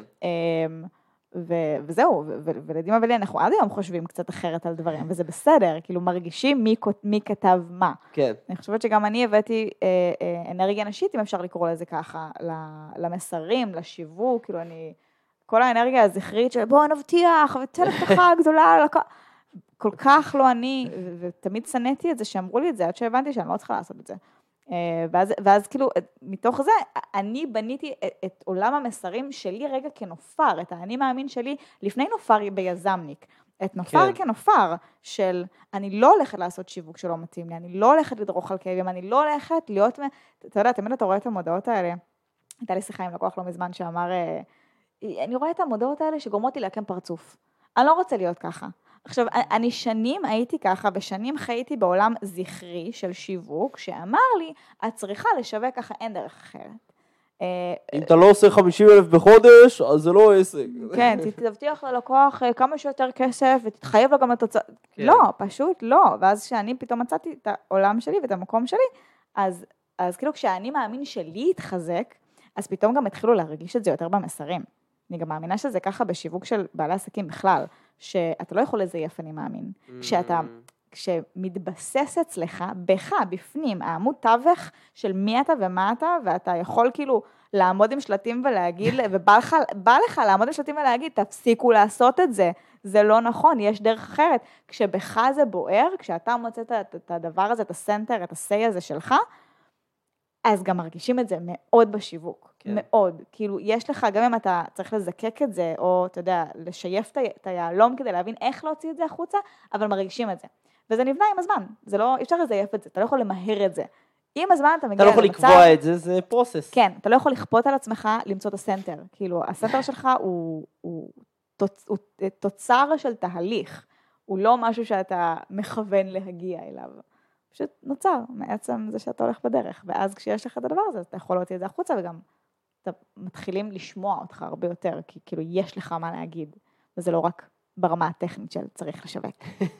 וזהו, ולדימה ולי אנחנו עד היום חושבים קצת אחרת על דברים, וזה בסדר, כאילו מרגישים מי כתב מה. כן. אני חושבת שגם אני הבאתי אנרגיה נשית, אם אפשר לקרוא לזה ככה, למסרים, לשיווק, כאילו כל האנרגיה הזכרית של בוא נבטיח, ותן הבטחה גדולה, כל כך לא אני, ותמיד שנאתי את זה, שאמרו לי את זה, עד שהבנתי שאני לא צריכה לעשות את זה. ואז כאילו, מתוך זה, אני בניתי את עולם המסרים שלי רגע כנופר, את האני מאמין שלי, לפני נופר ביזמניק, את נופר כנופר של, אני לא הולכת לעשות שיווק שלא מתאים לי, אני לא הולכת לדרוך על כאבים, אני לא הולכת להיות, אתה יודע, תמיד אתה רואה את המודעות האלה, הייתה לי שיחה עם לקוח לא מזמן שאמר, אני רואה את המודעות האלה שגורמות לי להקם פרצוף, אני לא רוצה להיות ככה. עכשיו, אני שנים הייתי ככה, ושנים חייתי בעולם זכרי של שיווק, שאמר לי, את צריכה לשווק ככה, אין דרך אחרת. אם אתה לא עושה 50,000 בחודש, אז זה לא עסק. כן, תבטיח ללקוח כמה שיותר כסף, ותתחייב לו גם לתוצאה. לא, פשוט לא. ואז כשאני פתאום מצאתי את העולם שלי ואת המקום שלי, אז כאילו כשאני מאמין שלי התחזק, אז פתאום גם התחילו להרגיש את זה יותר במסרים. אני גם מאמינה שזה ככה בשיווק של בעלי עסקים בכלל, שאתה לא יכול לזייף אני מאמין. כשמתבסס אצלך, בך, בפנים, העמוד תווך של מי אתה ומה אתה, ואתה יכול כאילו לעמוד עם שלטים ולהגיד, ובא לך לעמוד עם שלטים ולהגיד, תפסיקו לעשות את זה, זה לא נכון, יש דרך אחרת. כשבך זה בוער, כשאתה מוצא את הדבר הזה, את הסנטר, את הסי הזה שלך, אז גם מרגישים את זה מאוד בשיווק, כן. מאוד. כאילו, יש לך, גם אם אתה צריך לזקק את זה, או, אתה יודע, לשייף את היעלום כדי להבין איך להוציא את זה החוצה, אבל מרגישים את זה. וזה נבנה עם הזמן. זה לא, אפשר לזייף את זה, אתה לא יכול למהר את זה. עם הזמן אתה מגיע למצב... אתה לא יכול לקבוע את זה, זה פרוסס. כן, אתה לא יכול לכפות על עצמך למצוא את הסנטר. כאילו, הסנטר שלך הוא תוצר של תהליך. הוא לא משהו שאתה מכוון להגיע אליו. פשוט נוצר מעצם זה שאתה הולך בדרך, ואז כשיש לך את הדבר הזה, אתה יכול להוציא את זה החוצה, וגם אתה מתחילים לשמוע אותך הרבה יותר, כי כאילו יש לך מה להגיד, וזה לא רק ברמה הטכנית של צריך לשווק.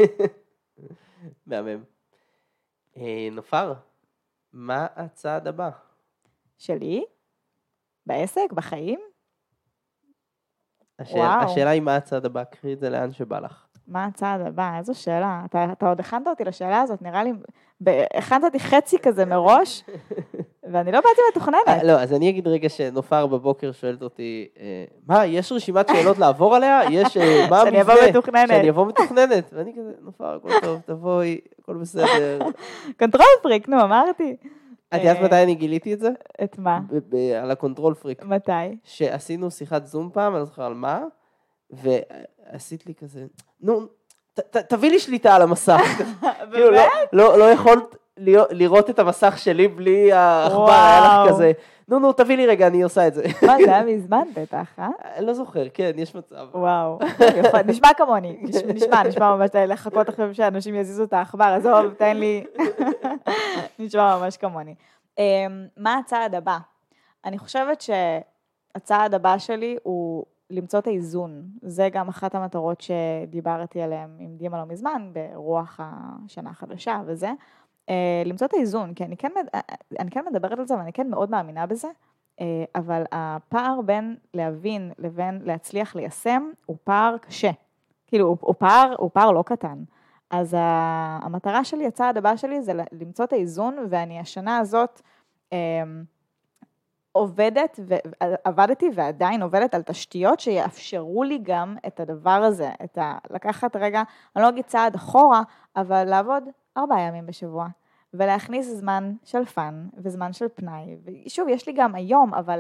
מהמם. נופר, מה הצעד הבא? שלי? בעסק? בחיים? וואו. השאלה היא מה הצעד הבא, קחי את זה לאן שבא לך. מה הצעד הבא? איזו שאלה. אתה עוד הכנת אותי לשאלה הזאת, נראה לי, הכנת אותי חצי כזה מראש, ואני לא באתי מתוכננת. לא, אז אני אגיד רגע שנופר בבוקר שואלת אותי, מה, יש רשימת שאלות לעבור עליה? יש, מה המבנה? שאני אבוא מתוכננת. שאני אבוא מתוכננת. ואני כזה, נופר, הכל טוב, תבואי, הכל בסדר. קונטרול פריק, נו, אמרתי. את יודעת מתי אני גיליתי את זה? את מה? על הקונטרול פריק. מתי? שעשינו שיחת זום פעם, אני לא זוכר על מה, ועשית לי כזה, נו, תביא לי שליטה על המסך. כאילו, לא יכולת לראות את המסך שלי בלי העכבר, היה לך כזה, נו, תביא לי רגע, אני עושה את זה. מה, זה היה מזמן בטח, אה? אני לא זוכר, כן, יש מצב. וואו, נשמע כמוני, נשמע ממש לחכות אחרי שאנשים יזיזו את העכבר, עזוב, תן לי, נשמע ממש כמוני. מה הצעד הבא? אני חושבת שהצעד הבא שלי הוא למצוא את האיזון. זה גם אחת המטרות שדיברתי עליהן עם דימה לא מזמן, ברוח השנה החדשה וזה. למצוא את האיזון, כי אני כן מדברת על זה, ואני כן מאוד מאמינה בזה, אבל הפער בין להבין לבין להצליח ליישם, הוא פער קשה. כאילו, הוא פער לא קטן. אז המטרה שלי, הצעד הבא שלי, זה למצוא את האיזון, ואני השנה הזאת עבדתי ועדיין עובדת על תשתיות שיאפשרו לי גם את הדבר הזה, לקחת רגע, אני לא אגיד צעד אחורה, אבל לעבוד 4 ימים בשבוע, ולהכניס זמן של פן וזמן של פנאי, ושוב, יש לי גם היום, אבל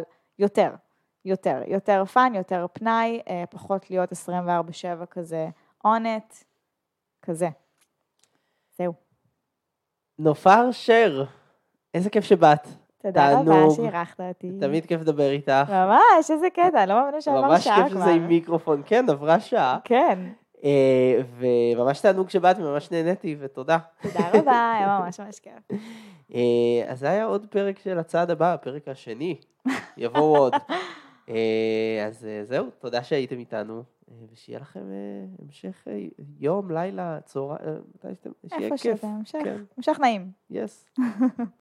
יותר פן, יותר פנאי, פחות להיות 24/7 כזה, עונת, כזה. זהו. נופר שר, איזה כיף שבאת. תודה רבה שהירחת אותי. תמיד כיף לדבר איתך. ממש, איזה קטע, לא מאמינה שעבר שעה כבר. ממש כיף שזה עם מיקרופון, כן, עברה שעה. כן. וממש תענוג שבאת, ממש נהניתי, ותודה. תודה רבה, היה ממש כיף. אז זה היה עוד פרק של הצעד הבא, הפרק השני, יבואו עוד. אז זהו, תודה שהייתם איתנו, ושיהיה לכם המשך יום, לילה, צהריים, איפה שאתם, המשך נעים. Yes.